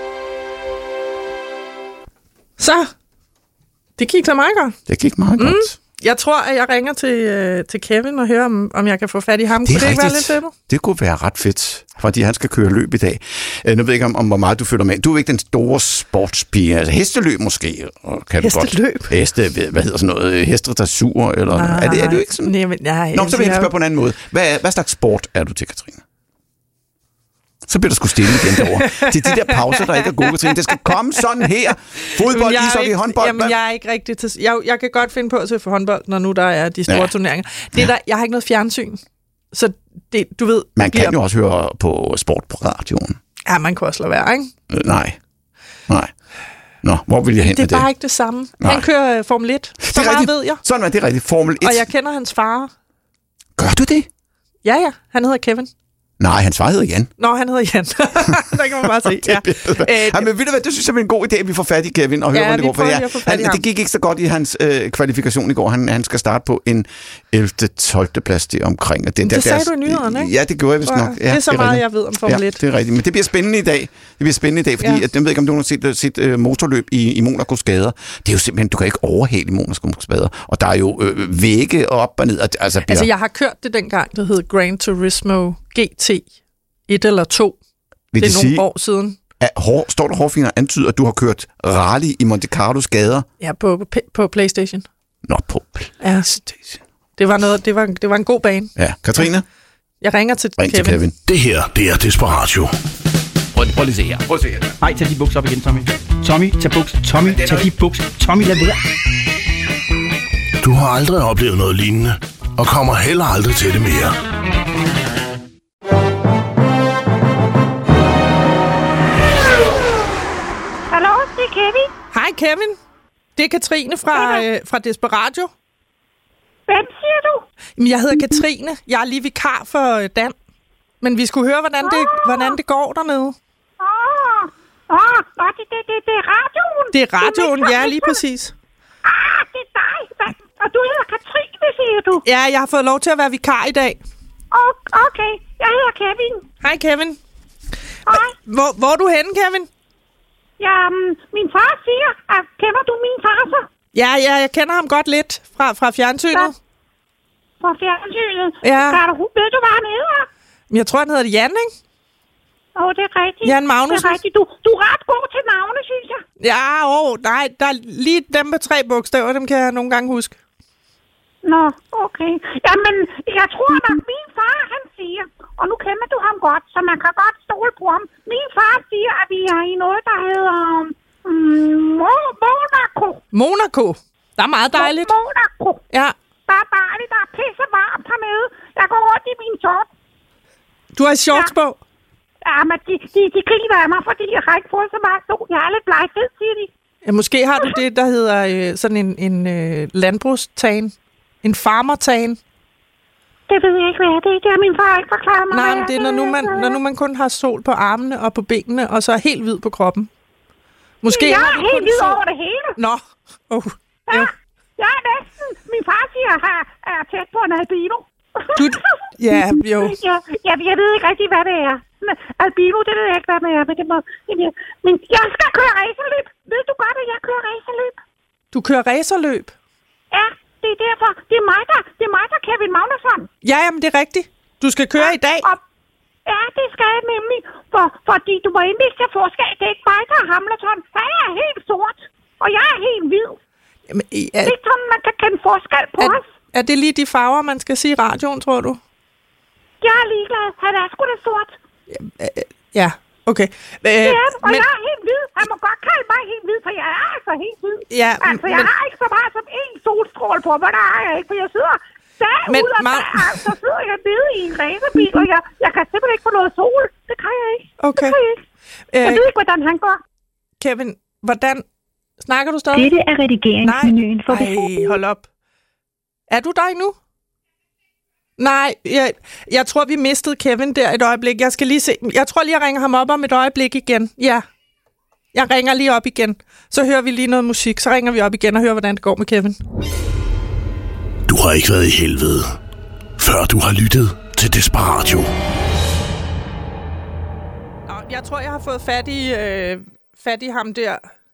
Så. Det gik så meget godt. Det gik meget mm. godt. Jeg tror, at jeg ringer til, øh, til Kevin og hører, om, om jeg kan få fat i ham. Det Kunne det ikke rigtigt. være lidt fedt? Det kunne være ret fedt, fordi han skal køre løb i dag. Øh, nu ved jeg ikke, om, om hvor meget du følger med. Du er ikke den store sportspige. Altså hesteløb måske. Og kan Hesteløb? Du godt. Heste, hvad hedder sådan noget? Hestedressur? Eller Nej, er, det, er du ikke sådan? Nej, men, nej, Nå, så vil jeg spørge på en anden måde. Hvad, hvad slags sport er du til, Katrine? Så bliver der sgu stille igen derovre. Til de der pauser, der ikke er gode, Katrine. Det skal komme sådan her. Fodbold, ishockey, håndbold. Jamen, jeg er ikke rigtig til... Jeg, jeg kan godt finde på at se for håndbold, når nu der er de store Ja. turneringer. Det er der, jeg har ikke noget fjernsyn. Så det, du ved... Man bliver, kan jo også høre på sport på radioen. Ja, man kan også lade være, ikke? Øh, nej. Nej. Nå, hvor vil jeg hen Det er med det? bare ikke det samme. Nej. Han kører uh, Formel et. Så Det er meget rigtigt. ved jeg. Sådan er det rigtigt. Formel et. Og jeg kender hans far. Gør du det? Ja, ja. Han hedder Kevin. Nej, hans far hedder Jan. Nå, han hedder Jan. Der kan man bare se. Ja. Øh, ja, men ved du hvad, det synes jeg er en god idé, at vi får fat i Kevin og hører, Ja, hvordan det vi går. For prøver ja, lige at få fat i han, ham. det gik ikke så godt i hans øh, kvalifikation i går. Han, han skal starte på en ellevte tolvte plads det omkring. Og Det der, sagde deres, du i nyhederne, ikke? Ja, det gjorde jeg vist Tror jeg. nok. Ja, Det er så er meget, rigtigt. jeg ved om Formel ja, et. det er rigtigt. Men det bliver spændende i dag. Det bliver spændende i dag, fordi Ja. at, jeg ved ikke, om du har set, set uh, motorløb i, i Monaco skader. Det er jo simpelthen, du kan ikke overhale i Monaco skader. Og der er jo øh, vægge op og ned. Altså, bliver, Altså, jeg har kørt det dengang, det hed Gran Turismo G T et eller to. vil Det er det nogle sige, år siden. at hår, står der hårfingre antyder, at du har kørt rally i Monte Carlo skader? Ja, på, på, på PlayStation. Nå, på Ja. PlayStation. Det var, noget, det var, det var en god bane. Ja, Katrine? Jeg ringer til Ring Kevin. til Kevin. Det her, det er Desperatio. Prøv, prøv lige at se her. Prøv at se her. Nej, tag de bukser op igen, Tommy. Tommy, tag bukser. Tommy, tag de bukser. Tommy, lad være. Du har aldrig oplevet noget lignende, og kommer heller aldrig til det mere. Hallo, det er Kevin. Hej Kevin. Det er Katrine fra, øh, fra Desperatio. Hvem siger du? Jamen, jeg hedder Katrine. Jeg er lige vikar for øh, Dan. Men vi skulle høre, hvordan det, hvordan det går dernede. Åh, åh, oh, det, det, det, det er radioen. Det er radioen, ja, lige præcis. Ah, det er dig. Hvad? Og du hedder Katrine, siger du? Ja, jeg har fået lov til at være vikar i dag. Oh, okay, jeg hedder Kevin. Hej Kevin. Hej. Hvor, hvor er du henne, Kevin? ja, um, min far siger, at kender du min far så? Ja, ja, jeg kender ham godt lidt fra, fra fjernsynet. Fra fjernsynet? Ja. Kan du, ved du, hvad han hedder? Jeg tror, han hedder Jan, ikke? Åh, oh, det er rigtigt. Jan Magnussen. Det er rigtigt. Du, du er ret god til navne, synes jeg. Ja, åh, nej, der er lige dem med tre bogstaver, dem kan jeg nogle gange huske. Nå, okay. Jamen, jeg tror nok, min far, han siger, og nu kender du ham godt, så man kan godt stole på ham. Min far siger, at vi er i noget, der hedder um, Monaco. Monaco? Der er meget dejligt. Monaco. Ja. Der er dejligt, der er pisse varmt hernede. Jeg går rundt i min shorts. Du har shorts ja. på? Ja, men de, de, de griner af mig, fordi jeg har ikke fået så meget sol. Jeg er lidt blegfed, siger de. Ja, måske har du det, der hedder øh, sådan en, en øh, landbrugstagen. En farmertagen. Det ved jeg ikke, hvad det er. Det har min far ikke forklaret mig. Nej, men det er, når nu, man, når nu man kun har sol på armene og på benene, og så er helt hvid på kroppen. Måske jeg har er du helt kun hvid sol... over det hele. Nå. Oh. Ja, ja. Jeg er næsten. Min far siger, at jeg er tæt på en albino. Du... Ja, jo. ja, jeg, jeg ved ikke rigtig, hvad det er. Men albino, det ved jeg ikke, hvad det er. Men, det må... men jeg skal køre racerløb. Ved du godt, at jeg kører racerløb? Du kører racerløb? Ja. Det er derfor. Det er mig, der, det er mig, der Kevin Magnusson. Ja, jamen det er rigtigt. Du skal køre ja, i dag. Og, ja, det skal jeg nemlig. For, fordi du må endelig til forskel. Det er ikke mig, der er Hamilton. Han er helt sort. Og jeg er helt hvid. Jamen, er, det er sådan, man kan kende forskel på er, os. Er det lige de farver, man skal sige i radioen, tror du? Jeg er ligeglad. Han er sgu da sort. Ja, ja okay. Øh, det er og men... jeg er helt hvid. Han må godt kalde mig helt hvid, for jeg er altså helt hvid. Ja, altså, jeg men... har ikke så meget som en solstråle på, men der har jeg ikke, for jeg sidder derude og man... der, så sidder jeg nede i en racerbil, og jeg, jeg kan simpelthen ikke få noget sol. Det kan jeg ikke. Okay. Det kan jeg ikke. Jeg øh... ved ikke, hvordan han går. Kevin, hvordan... Snakker du stadig? Dette er redigeringsmenuen for Nej, hold op. Er du der endnu? Nej, jeg, jeg tror, vi mistede Kevin der et øjeblik. Jeg skal lige se. Jeg tror lige, jeg ringer ham op om et øjeblik igen. Ja. Jeg ringer lige op igen. Så hører vi lige noget musik. Så ringer vi op igen og hører, hvordan det går med Kevin. Du har ikke været i helvede, før du har lyttet til Desperatio. Nå, jeg tror, jeg har fået fat i, øh, fat i ham der.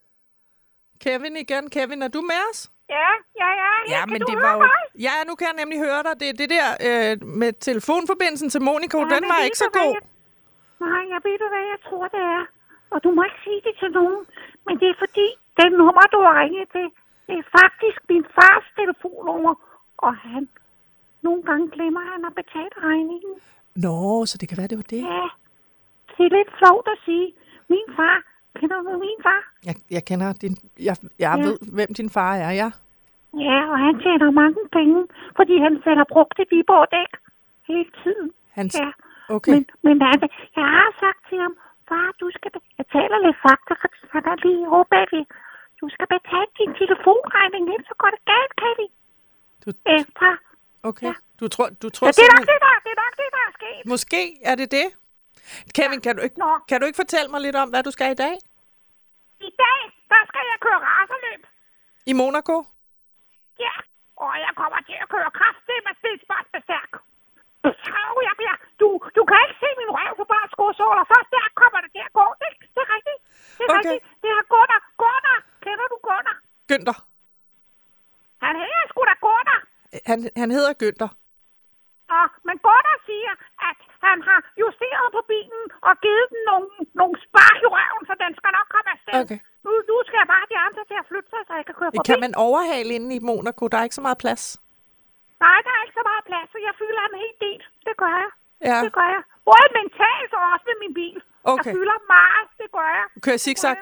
Kevin igen. Kevin, er du med os? Ja, ja, ja. Ja, kan men du det høre var jo... mig? Ja, nu kan jeg nemlig høre dig. Det det der øh, med telefonforbindelsen til Monaco, ja, den var ikke så god. Jeg... Nej, jeg ved du, hvad jeg tror, det er. Og du må ikke sige det til nogen. Men det er fordi, den nummer, du har ringet til, det er faktisk min fars telefonnummer. Og han... Nogle gange glemmer han at betale regningen. Nå, så det kan være, det var det. Ja, det er lidt flovt at sige. Min far... Kender du min far? Jeg, jeg kender din... Jeg, jeg ja. ved, hvem din far er, ja. Ja, og han tjener mange penge, fordi han sælger brugte Viborg dæk hele tiden. Hans... Ja. Okay. Men, men han, jeg har sagt til ham, far, du skal... Be- jeg taler lidt fakta, for han er lige råb bagved. Du skal betale din telefonregning, ellers så går det galt, Katie. Du... Øh, far. Okay. Ja. Du tror, du tror ja, det er nok simpelthen... det, der, det er nok det, der er sket. Måske er det det. Kevin, kan du, ikke, kan du ikke fortælle mig lidt om, hvad du skal i dag? I dag, der skal jeg køre racerløb. I Monaco? Ja, og jeg kommer til at køre kraftigt med stidsbart bestærk. Jeg bliver... Du, du kan ikke se min røv på bare skosåler. Først der kommer det til at gå. Det, det er rigtigt. Det er okay. rigtigt. Det er Gunnar. Gunnar. Kender du Gunnar? Günther. Han hedder sgu da Gunnar. Han, han hedder Günther. Ja, men Gunnar siger, at han har justeret på bilen og givet den nogle, nogle spark i røven, så den skal nok komme afsted. Okay. Nu, nu skal jeg bare have de andre til at flytte sig, så jeg kan køre forbi. Kan man overhale inde i Monaco? Der er ikke så meget plads. Nej, der er ikke så meget plads, så jeg fylder en hel del. Det gør jeg. Ja. Det gør jeg. Både mentalt og også med min bil. Okay. Jeg fylder meget, det gør jeg. Du kører zigzag?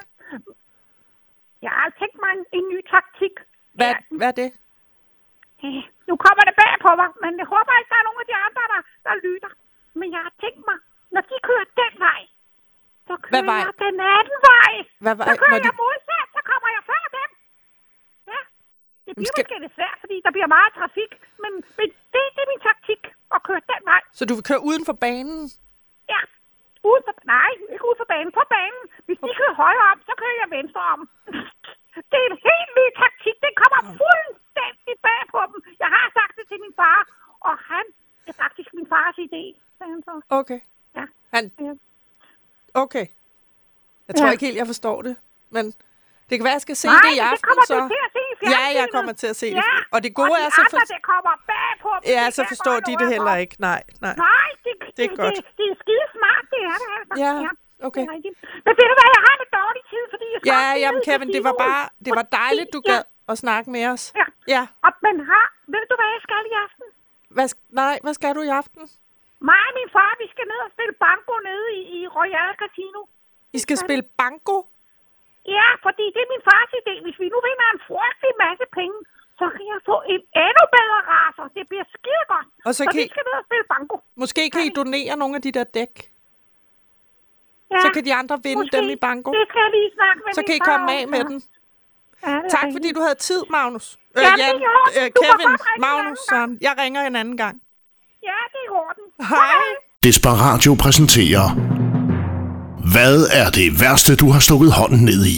Jeg har tænkt mig en, en ny taktik. Hvad, ja. hvad er det? Ja, nu kommer det bag på mig, men jeg håber ikke, der er nogen af de andre, der, der lytter. Men jeg har tænkt mig, når de kører den vej, så kører vej? jeg den anden vej. Hvad vej? Så kører når jeg de... modsat, så kommer jeg før dem. Ja, det bliver skal... måske lidt svært, fordi der bliver meget trafik. Men, men det, det er min taktik, at køre den vej. Så du vil køre uden for banen? Ja, uden for... Nej, ikke uden for banen. På banen. Hvis de kører højre om, så kører jeg venstre om. Det er en helt ny taktik. Den kommer fuldstændig bag på dem. Jeg har sagt det til min far, og han er faktisk min fars idé, sagde han så. Okay. Ja. Han... Ja. Okay. Jeg tror ja. ikke helt, jeg forstår det. men det kan være, jeg skal se Nej, det i aften, det kommer så. du til at se i Ja, fjernsynet. jeg kommer til at se det. Ja, Og det gode og er de så... andre, det kommer bag på dem. Ja, det så kan forstår jeg de godt det love heller for. ikke. Nej, nej. Nej, det, Det er det, godt. Det, det er skide smart, det er det altså. Ja, okay. Det er rigtigt. Men ved du hvad, jeg har lidt dårlig tid, fordi jeg skal Ja, også jamen ned til Kevin, det var Tivoli. bare... Det var dejligt, du Ja. gad at snakke med os. Ja. Ja. Og, men har, ved du hvad jeg skal i aften? Hvad, sk- nej, hvad skal du i aften? Mig og min far, vi skal ned og spille banko nede i, i Royal Casino. I skal spille banko? Ja, fordi det er min fars idé. Hvis vi nu vinder en frygtelig masse penge, så kan jeg få en endnu bedre racer. Det bliver skide godt. Og så så kan vi I- skal ned og spille banko. Måske kan I donere nogle af de der dæk. Ja, Så kan de andre vinde måske. dem i banko. Det skal jeg lige snakke med Så min kan I far komme om, af med ja. den. Ja, det er Tak rigtigt. fordi du havde tid, Magnus. Ja, det er i orden. øh, Du må Kevin, godt ringe en Magnus, anden gang. Søren. Jeg ringer en anden gang. Ja, det er i orden. Hej. Desperatio præsenterer Hvad er det værste, du har stukket hånden ned i?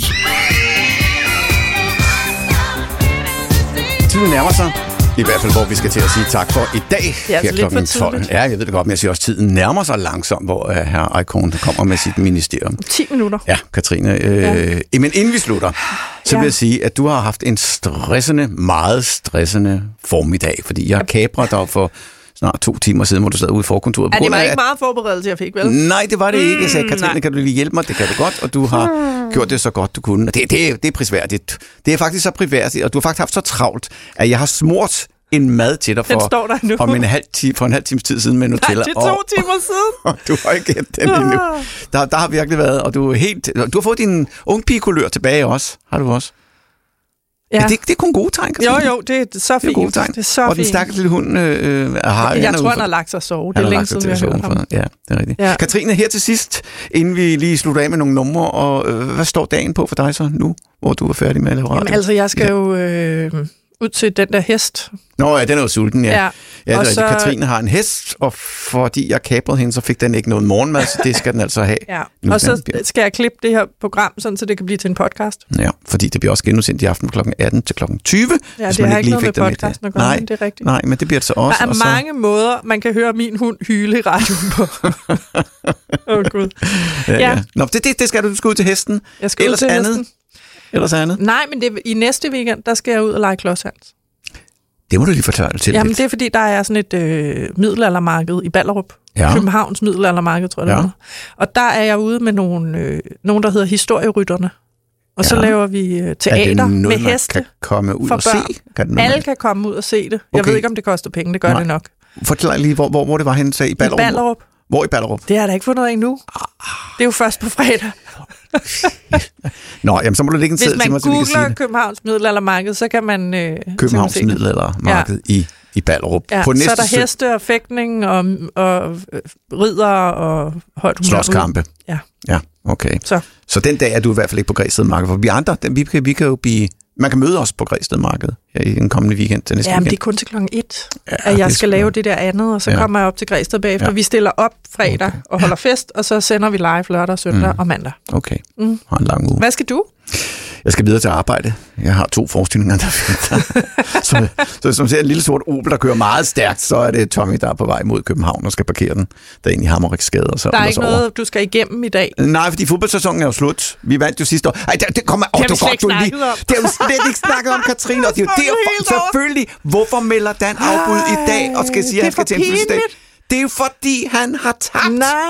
Tiden nærmer sig. I hvert fald, hvor vi skal til at sige tak for i dag. Det er altså her lidt for klokken tolv. tidligt. Ja, jeg ved det godt, men jeg siger også, at tiden nærmer sig langsomt, hvor uh, herr Icon kommer med sit ministerium. ti minutter. Ja, Katrine. Øh, ja. Men inden vi slutter, så Ja. vil jeg sige, at du har haft en stressende, meget stressende formiddag, fordi jeg kaprer dig for snart to timer siden, hvor du sad ude i forkontoret. Ja, det var af, ikke at- meget forberedelse, jeg fik, vel? Nej, det var det ikke. Jeg sagde, Mm, Katrine, nej. kan du lige hjælpe mig? Det kan du godt, og du har Hmm. gjort det så godt, du kunne. Og det, det, det er prisværdigt. Det er faktisk så prisværdigt, og du har faktisk haft så travlt, at jeg har smurt en mad til dig Den for, står der nu. om en halv time, for en halv times tid siden med Nej, Nutella. det er og, to timer siden. og du har ikke gæt den endnu. Ah. Der, der har virkelig været, og du er helt... Du har fået din ungpigekulør tilbage også. Har du også? Ja. Ja, det, det er kun gode tegn, Jo, Katrine. jo, det er så Det er fint. gode tegn. Det er så og den fint. stakkels lille hund øh, har... Jeg er tror, ude han for- har lagt sig at sove. Det Han er har længe lagt sig siden, vi til har at hørt sove ham. for- Ja, det er rigtigt. Ja. Katrine, her til sidst, inden vi lige slutter af med nogle numre, og øh, hvad står dagen på for dig så nu, hvor du er færdig med at lave radio? Jamen, altså, jeg skal jo øh, ud til den der hest. Nå ja, den er jo sulten, ja. Ja. Ja, det er Og rigtigt. så- Katrine har en hest, og fordi jeg kabrede hende, så fik den ikke noget morgenmad, så det skal den altså have. Ja. Nu Og så den bliver- skal jeg klippe det her program, sådan, så det kan blive til en podcast. Ja, fordi det bliver også genudsendt i aften fra klokken atten til klokken tyve. Ja, hvis det man har ikke noget med den podcasten at gøre, Nej, men det er rigtigt. nej, men det bliver det så også. Der er og så, mange måder, man kan høre min hund hyle i radioen på. Åh, oh, Gud. Ja, Ja. ja. Nå, det, det, det skal du. Du skal ud til hesten. Jeg skal ud Ellers til andet. hesten. Ellers andet. Nej, men det, i næste weekend, der skal jeg ud og lege klodshands. Det må du lige fortælle til Jamen, lidt. det er fordi, der er sådan et øh, middelaldermarked i Ballerup. Ja. Københavns middelaldermarked, tror jeg, Ja. det er. Og der er jeg ude med nogle, øh, nogen, der hedder Historierytterne. Og så Ja. laver vi øh, Er teater det noget, med man heste kan komme ud for og børn. se? Kan det noget, Alle man... kan komme ud og se det. Jeg Okay. ved ikke, om det koster penge. Det gør Nej. det nok. Forklar lige, hvor, hvor, hvor det var henne, sagde i Ballerup. I Ballerup. Hvor i Ballerup? Det har jeg da ikke fundet ud af endnu. Det er jo først på fredag. Nå, jamen så må du lægge en Hvis tid til man mig, så vi kan sige googler det. Københavns middelaldermarked, så kan man øh, Københavns se det. middelaldermarked ja. i, i Ballerup. Ja, På næste så er der sø- heste og fægtning og, og øh, ridder og højt humør. Slåskampe. Ja. Ja, okay. Så. så den dag er du i hvert fald ikke på Græsted Marked, for vi andre, den, vi, kan, vi kan jo blive... Man kan møde os på Græsted Marked her i den kommende weekend til næste Ja, men det er weekend. kun til klokken et, Ja, at det jeg er skal sgu- lave det der andet, og så Ja. kommer jeg op til Græsted bagefter. Ja. Vi stiller op fredag okay. og holder fest, og så sender vi live lørdag, søndag Mm. og mandag. Okay, Mm. har en lang uge. Hvad skal du? Jeg skal videre til arbejde. Jeg har to forestillinger, der så, så hvis man ser en lille sort Opel, der kører meget stærkt, så er det Tommy, der er på vej mod København og skal parkere den derinde i Hammeriksgade. Og så Der er ellers ikke over. noget, du skal igennem i dag. Nej, fordi fodboldsæsonen er jo slut. Vi vandt jo sidste år. Ej, det, det kommer... Det har Åh, vi du slet godt, ikke du lige. snakket om. Det har vi slet ikke snakket om, Katrine. Og det er jo Det er jo derfor, helt over. selvfølgelig. Hvorfor melder Dan afbud i dag og skal sige, det er at han skal for til en fødselsdag? pinligt. Det er jo fordi, han har tabt.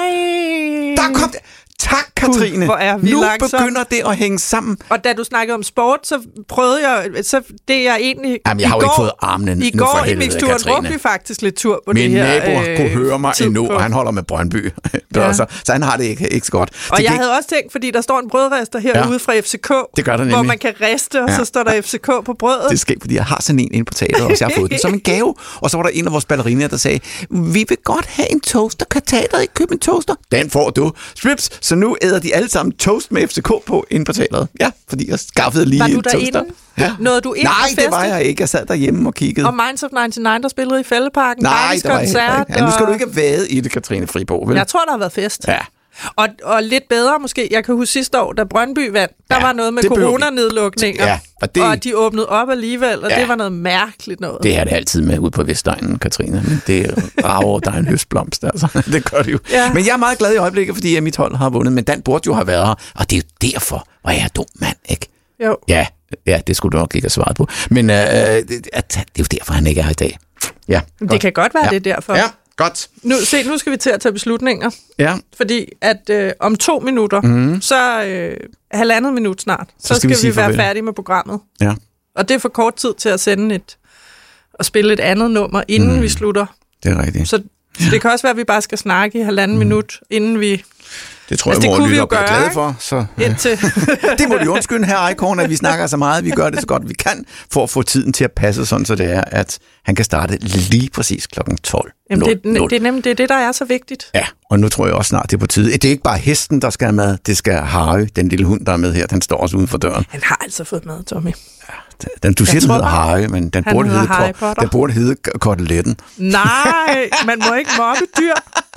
Nej. Der kom det. Tak, Katrine. hvor er vi nu langsomt. begynder det at hænge sammen. Og da du snakkede om sport, så prøvede jeg, så det jeg egentlig... Jamen, jeg har i jo ikke går, fået armene I nu for går i helvede, miksturen Katrine. brugte vi faktisk lidt tur på Min det her nabo øh, kunne høre mig endnu, tidspunkt. og han holder med Brøndby. Ja. så, så han har det ikke, ikke så godt. Og Det jeg gik- havde også tænkt, fordi der står en brødrester herude Ja. fra F C K, Det gør der hvor nemlig. man kan riste, og Ja. så står der F C K på brødet. Det sker, fordi jeg har sådan en inde på teateret, og jeg har fået den som en gave. Og så var der en af vores balleriner, der sagde, vi vil godt have en toaster. Kan teateret ikke købe en toaster? Den får du. Swips. Så nu æder de alle sammen toast med F C K på inde på teateret. Ja, fordi jeg skaffede lige Var du en toaster. derinde? Ja. Nåede du ind Nej, og det feste? var jeg ikke. Jeg sad derhjemme og kiggede. Og Minds of nioghalvfems, der spillede i Fælleparken. Nej, gratis det var jeg koncert, heller ikke. Ja, nu skal og- du ikke have været i det, Katrine Fribo, vel? Jeg tror, der har været fest. Ja. Og, og lidt bedre måske. Jeg kan huske sidste år, da Brøndby vandt, der ja, var noget med coronanedlukninger. Ja, og, det, og de åbnede op alligevel, og ja, det var noget mærkeligt noget. Det er det altid med ud på Vestegnen, Katrine. Men det er over, der er en høstblomst, altså. Det gør det jo. Ja. Men jeg er meget glad i øjeblikket, fordi mit hold har vundet. Men Dan burde jo have været her, og det er jo derfor, hvor jeg er dum mand, ikke? Jo. Ja, ja, det skulle du nok ikke have svaret på. Men øh, det, det er jo derfor, han ikke er her i dag. Ja, det godt. Kan godt være, ja, det er derfor. Ja, godt. Nu, se, nu skal vi til at tage beslutninger. Ja. Fordi at øh, om to minutter, mm-hmm. så øh, halvandet minut snart, så, så skal, skal vi, vi være færdige med programmet. Ja. Og det er for kort tid til at sende et og spille et andet nummer, inden mm. vi slutter. Det er rigtigt. Så, så det kan også være, at vi bare skal snakke i halvanden mm. minut, inden vi... Det tror altså, jeg, mor lytter bliver glade for. Så. Indtil. Det må du undskylde, her Eichhorn, at vi snakker så meget. Vi gør det så godt, vi kan, for at få tiden til at passe sådan, så det er, at han kan starte lige præcis klokken tolv. Jamen, det, det er nemlig det, er det, der er så vigtigt. Ja, og nu tror jeg også snart, det er på tide. Det er ikke bare hesten, der skal have mad. Det skal Harry, den lille hund, der er med her. Den står også uden for døren. Han har altså fået mad, Tommy. Ja, den, du siger, den hedder Harry, men den burde, hedde, den burde hedde Koteletten. Nej, man må ikke mobbe dyr.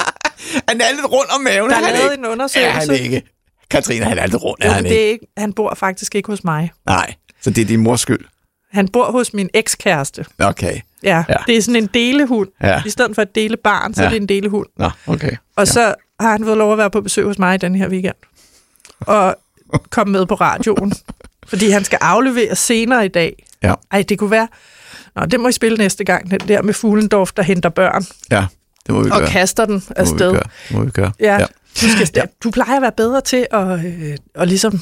Han er lidt rundt om maven. Der er lavet en undersøgelse. Er han ikke? Katrine, han er lidt rundt. Jo, er han, det er ikke? Han bor faktisk ikke hos mig. Nej, så det er din mors skyld. Han bor hos min ekskæreste. Okay. Ja, ja, det er sådan en delehund. Ja. I stedet for et delebarn, så ja, er det en delehund. Nå, okay. Og ja, så har han fået lov at være på besøg hos mig i den her weekend. Og komme med på radioen. Fordi han skal aflevere senere i dag. Ja. Ej, det kunne være... Nå, det må I spille næste gang. Den der med Fuglendorf, der henter børn. Ja, det må vi og gøre. Og kaster den afsted. Det må vi gøre. Det må vi gøre. Ja. Ja. Du, skal, ja. Du plejer at være bedre til at, øh, at ligesom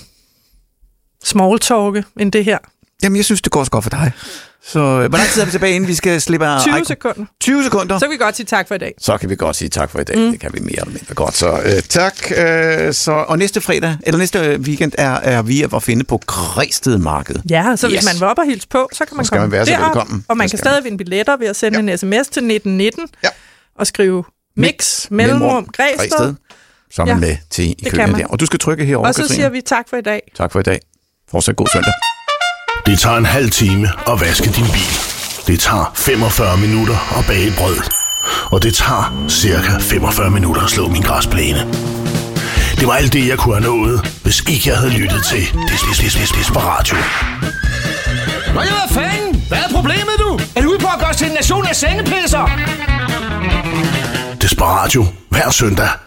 smalltalke end det her. Jamen, jeg synes, det går så godt for dig. Så hvor lang tid er vi tilbage, inden vi skal slippe af? tyve sekunder. tyve sekunder? Så kan vi godt sige tak for i dag. Så kan vi godt sige tak for i dag. Mm. Det kan vi mere eller mindre godt. Så øh, tak. Øh, så, og næste fredag, eller næste weekend, er, er vi at finde på Græsted Marked. Ja, så yes, hvis man vil op og hilse på, så kan man så komme man være derop. Velkommen. Og man kan stadig vinde billetter ved at sende ja. en sms til nitten nitten ja. og skrive Mix, Mellemrum, Græsted. Så er man ja, med til i køen der. Og du skal trykke herovre, Og så Katrine. siger vi tak for i dag. Tak for i dag. Fortsat god søndag. Det tager en halv time at vaske din bil. Det tager femogfyrre minutter at bage brød. Og det tager cirka femogfyrre minutter at slå min græsplæne. Det var alt det, jeg kunne have nået, hvis ikke jeg havde lyttet til Desperatio. Nå ja, hvad fanden? Hvad er problemet, du? Er du ude på at gøre os til en nation af sengepisser? Desperatio hver søndag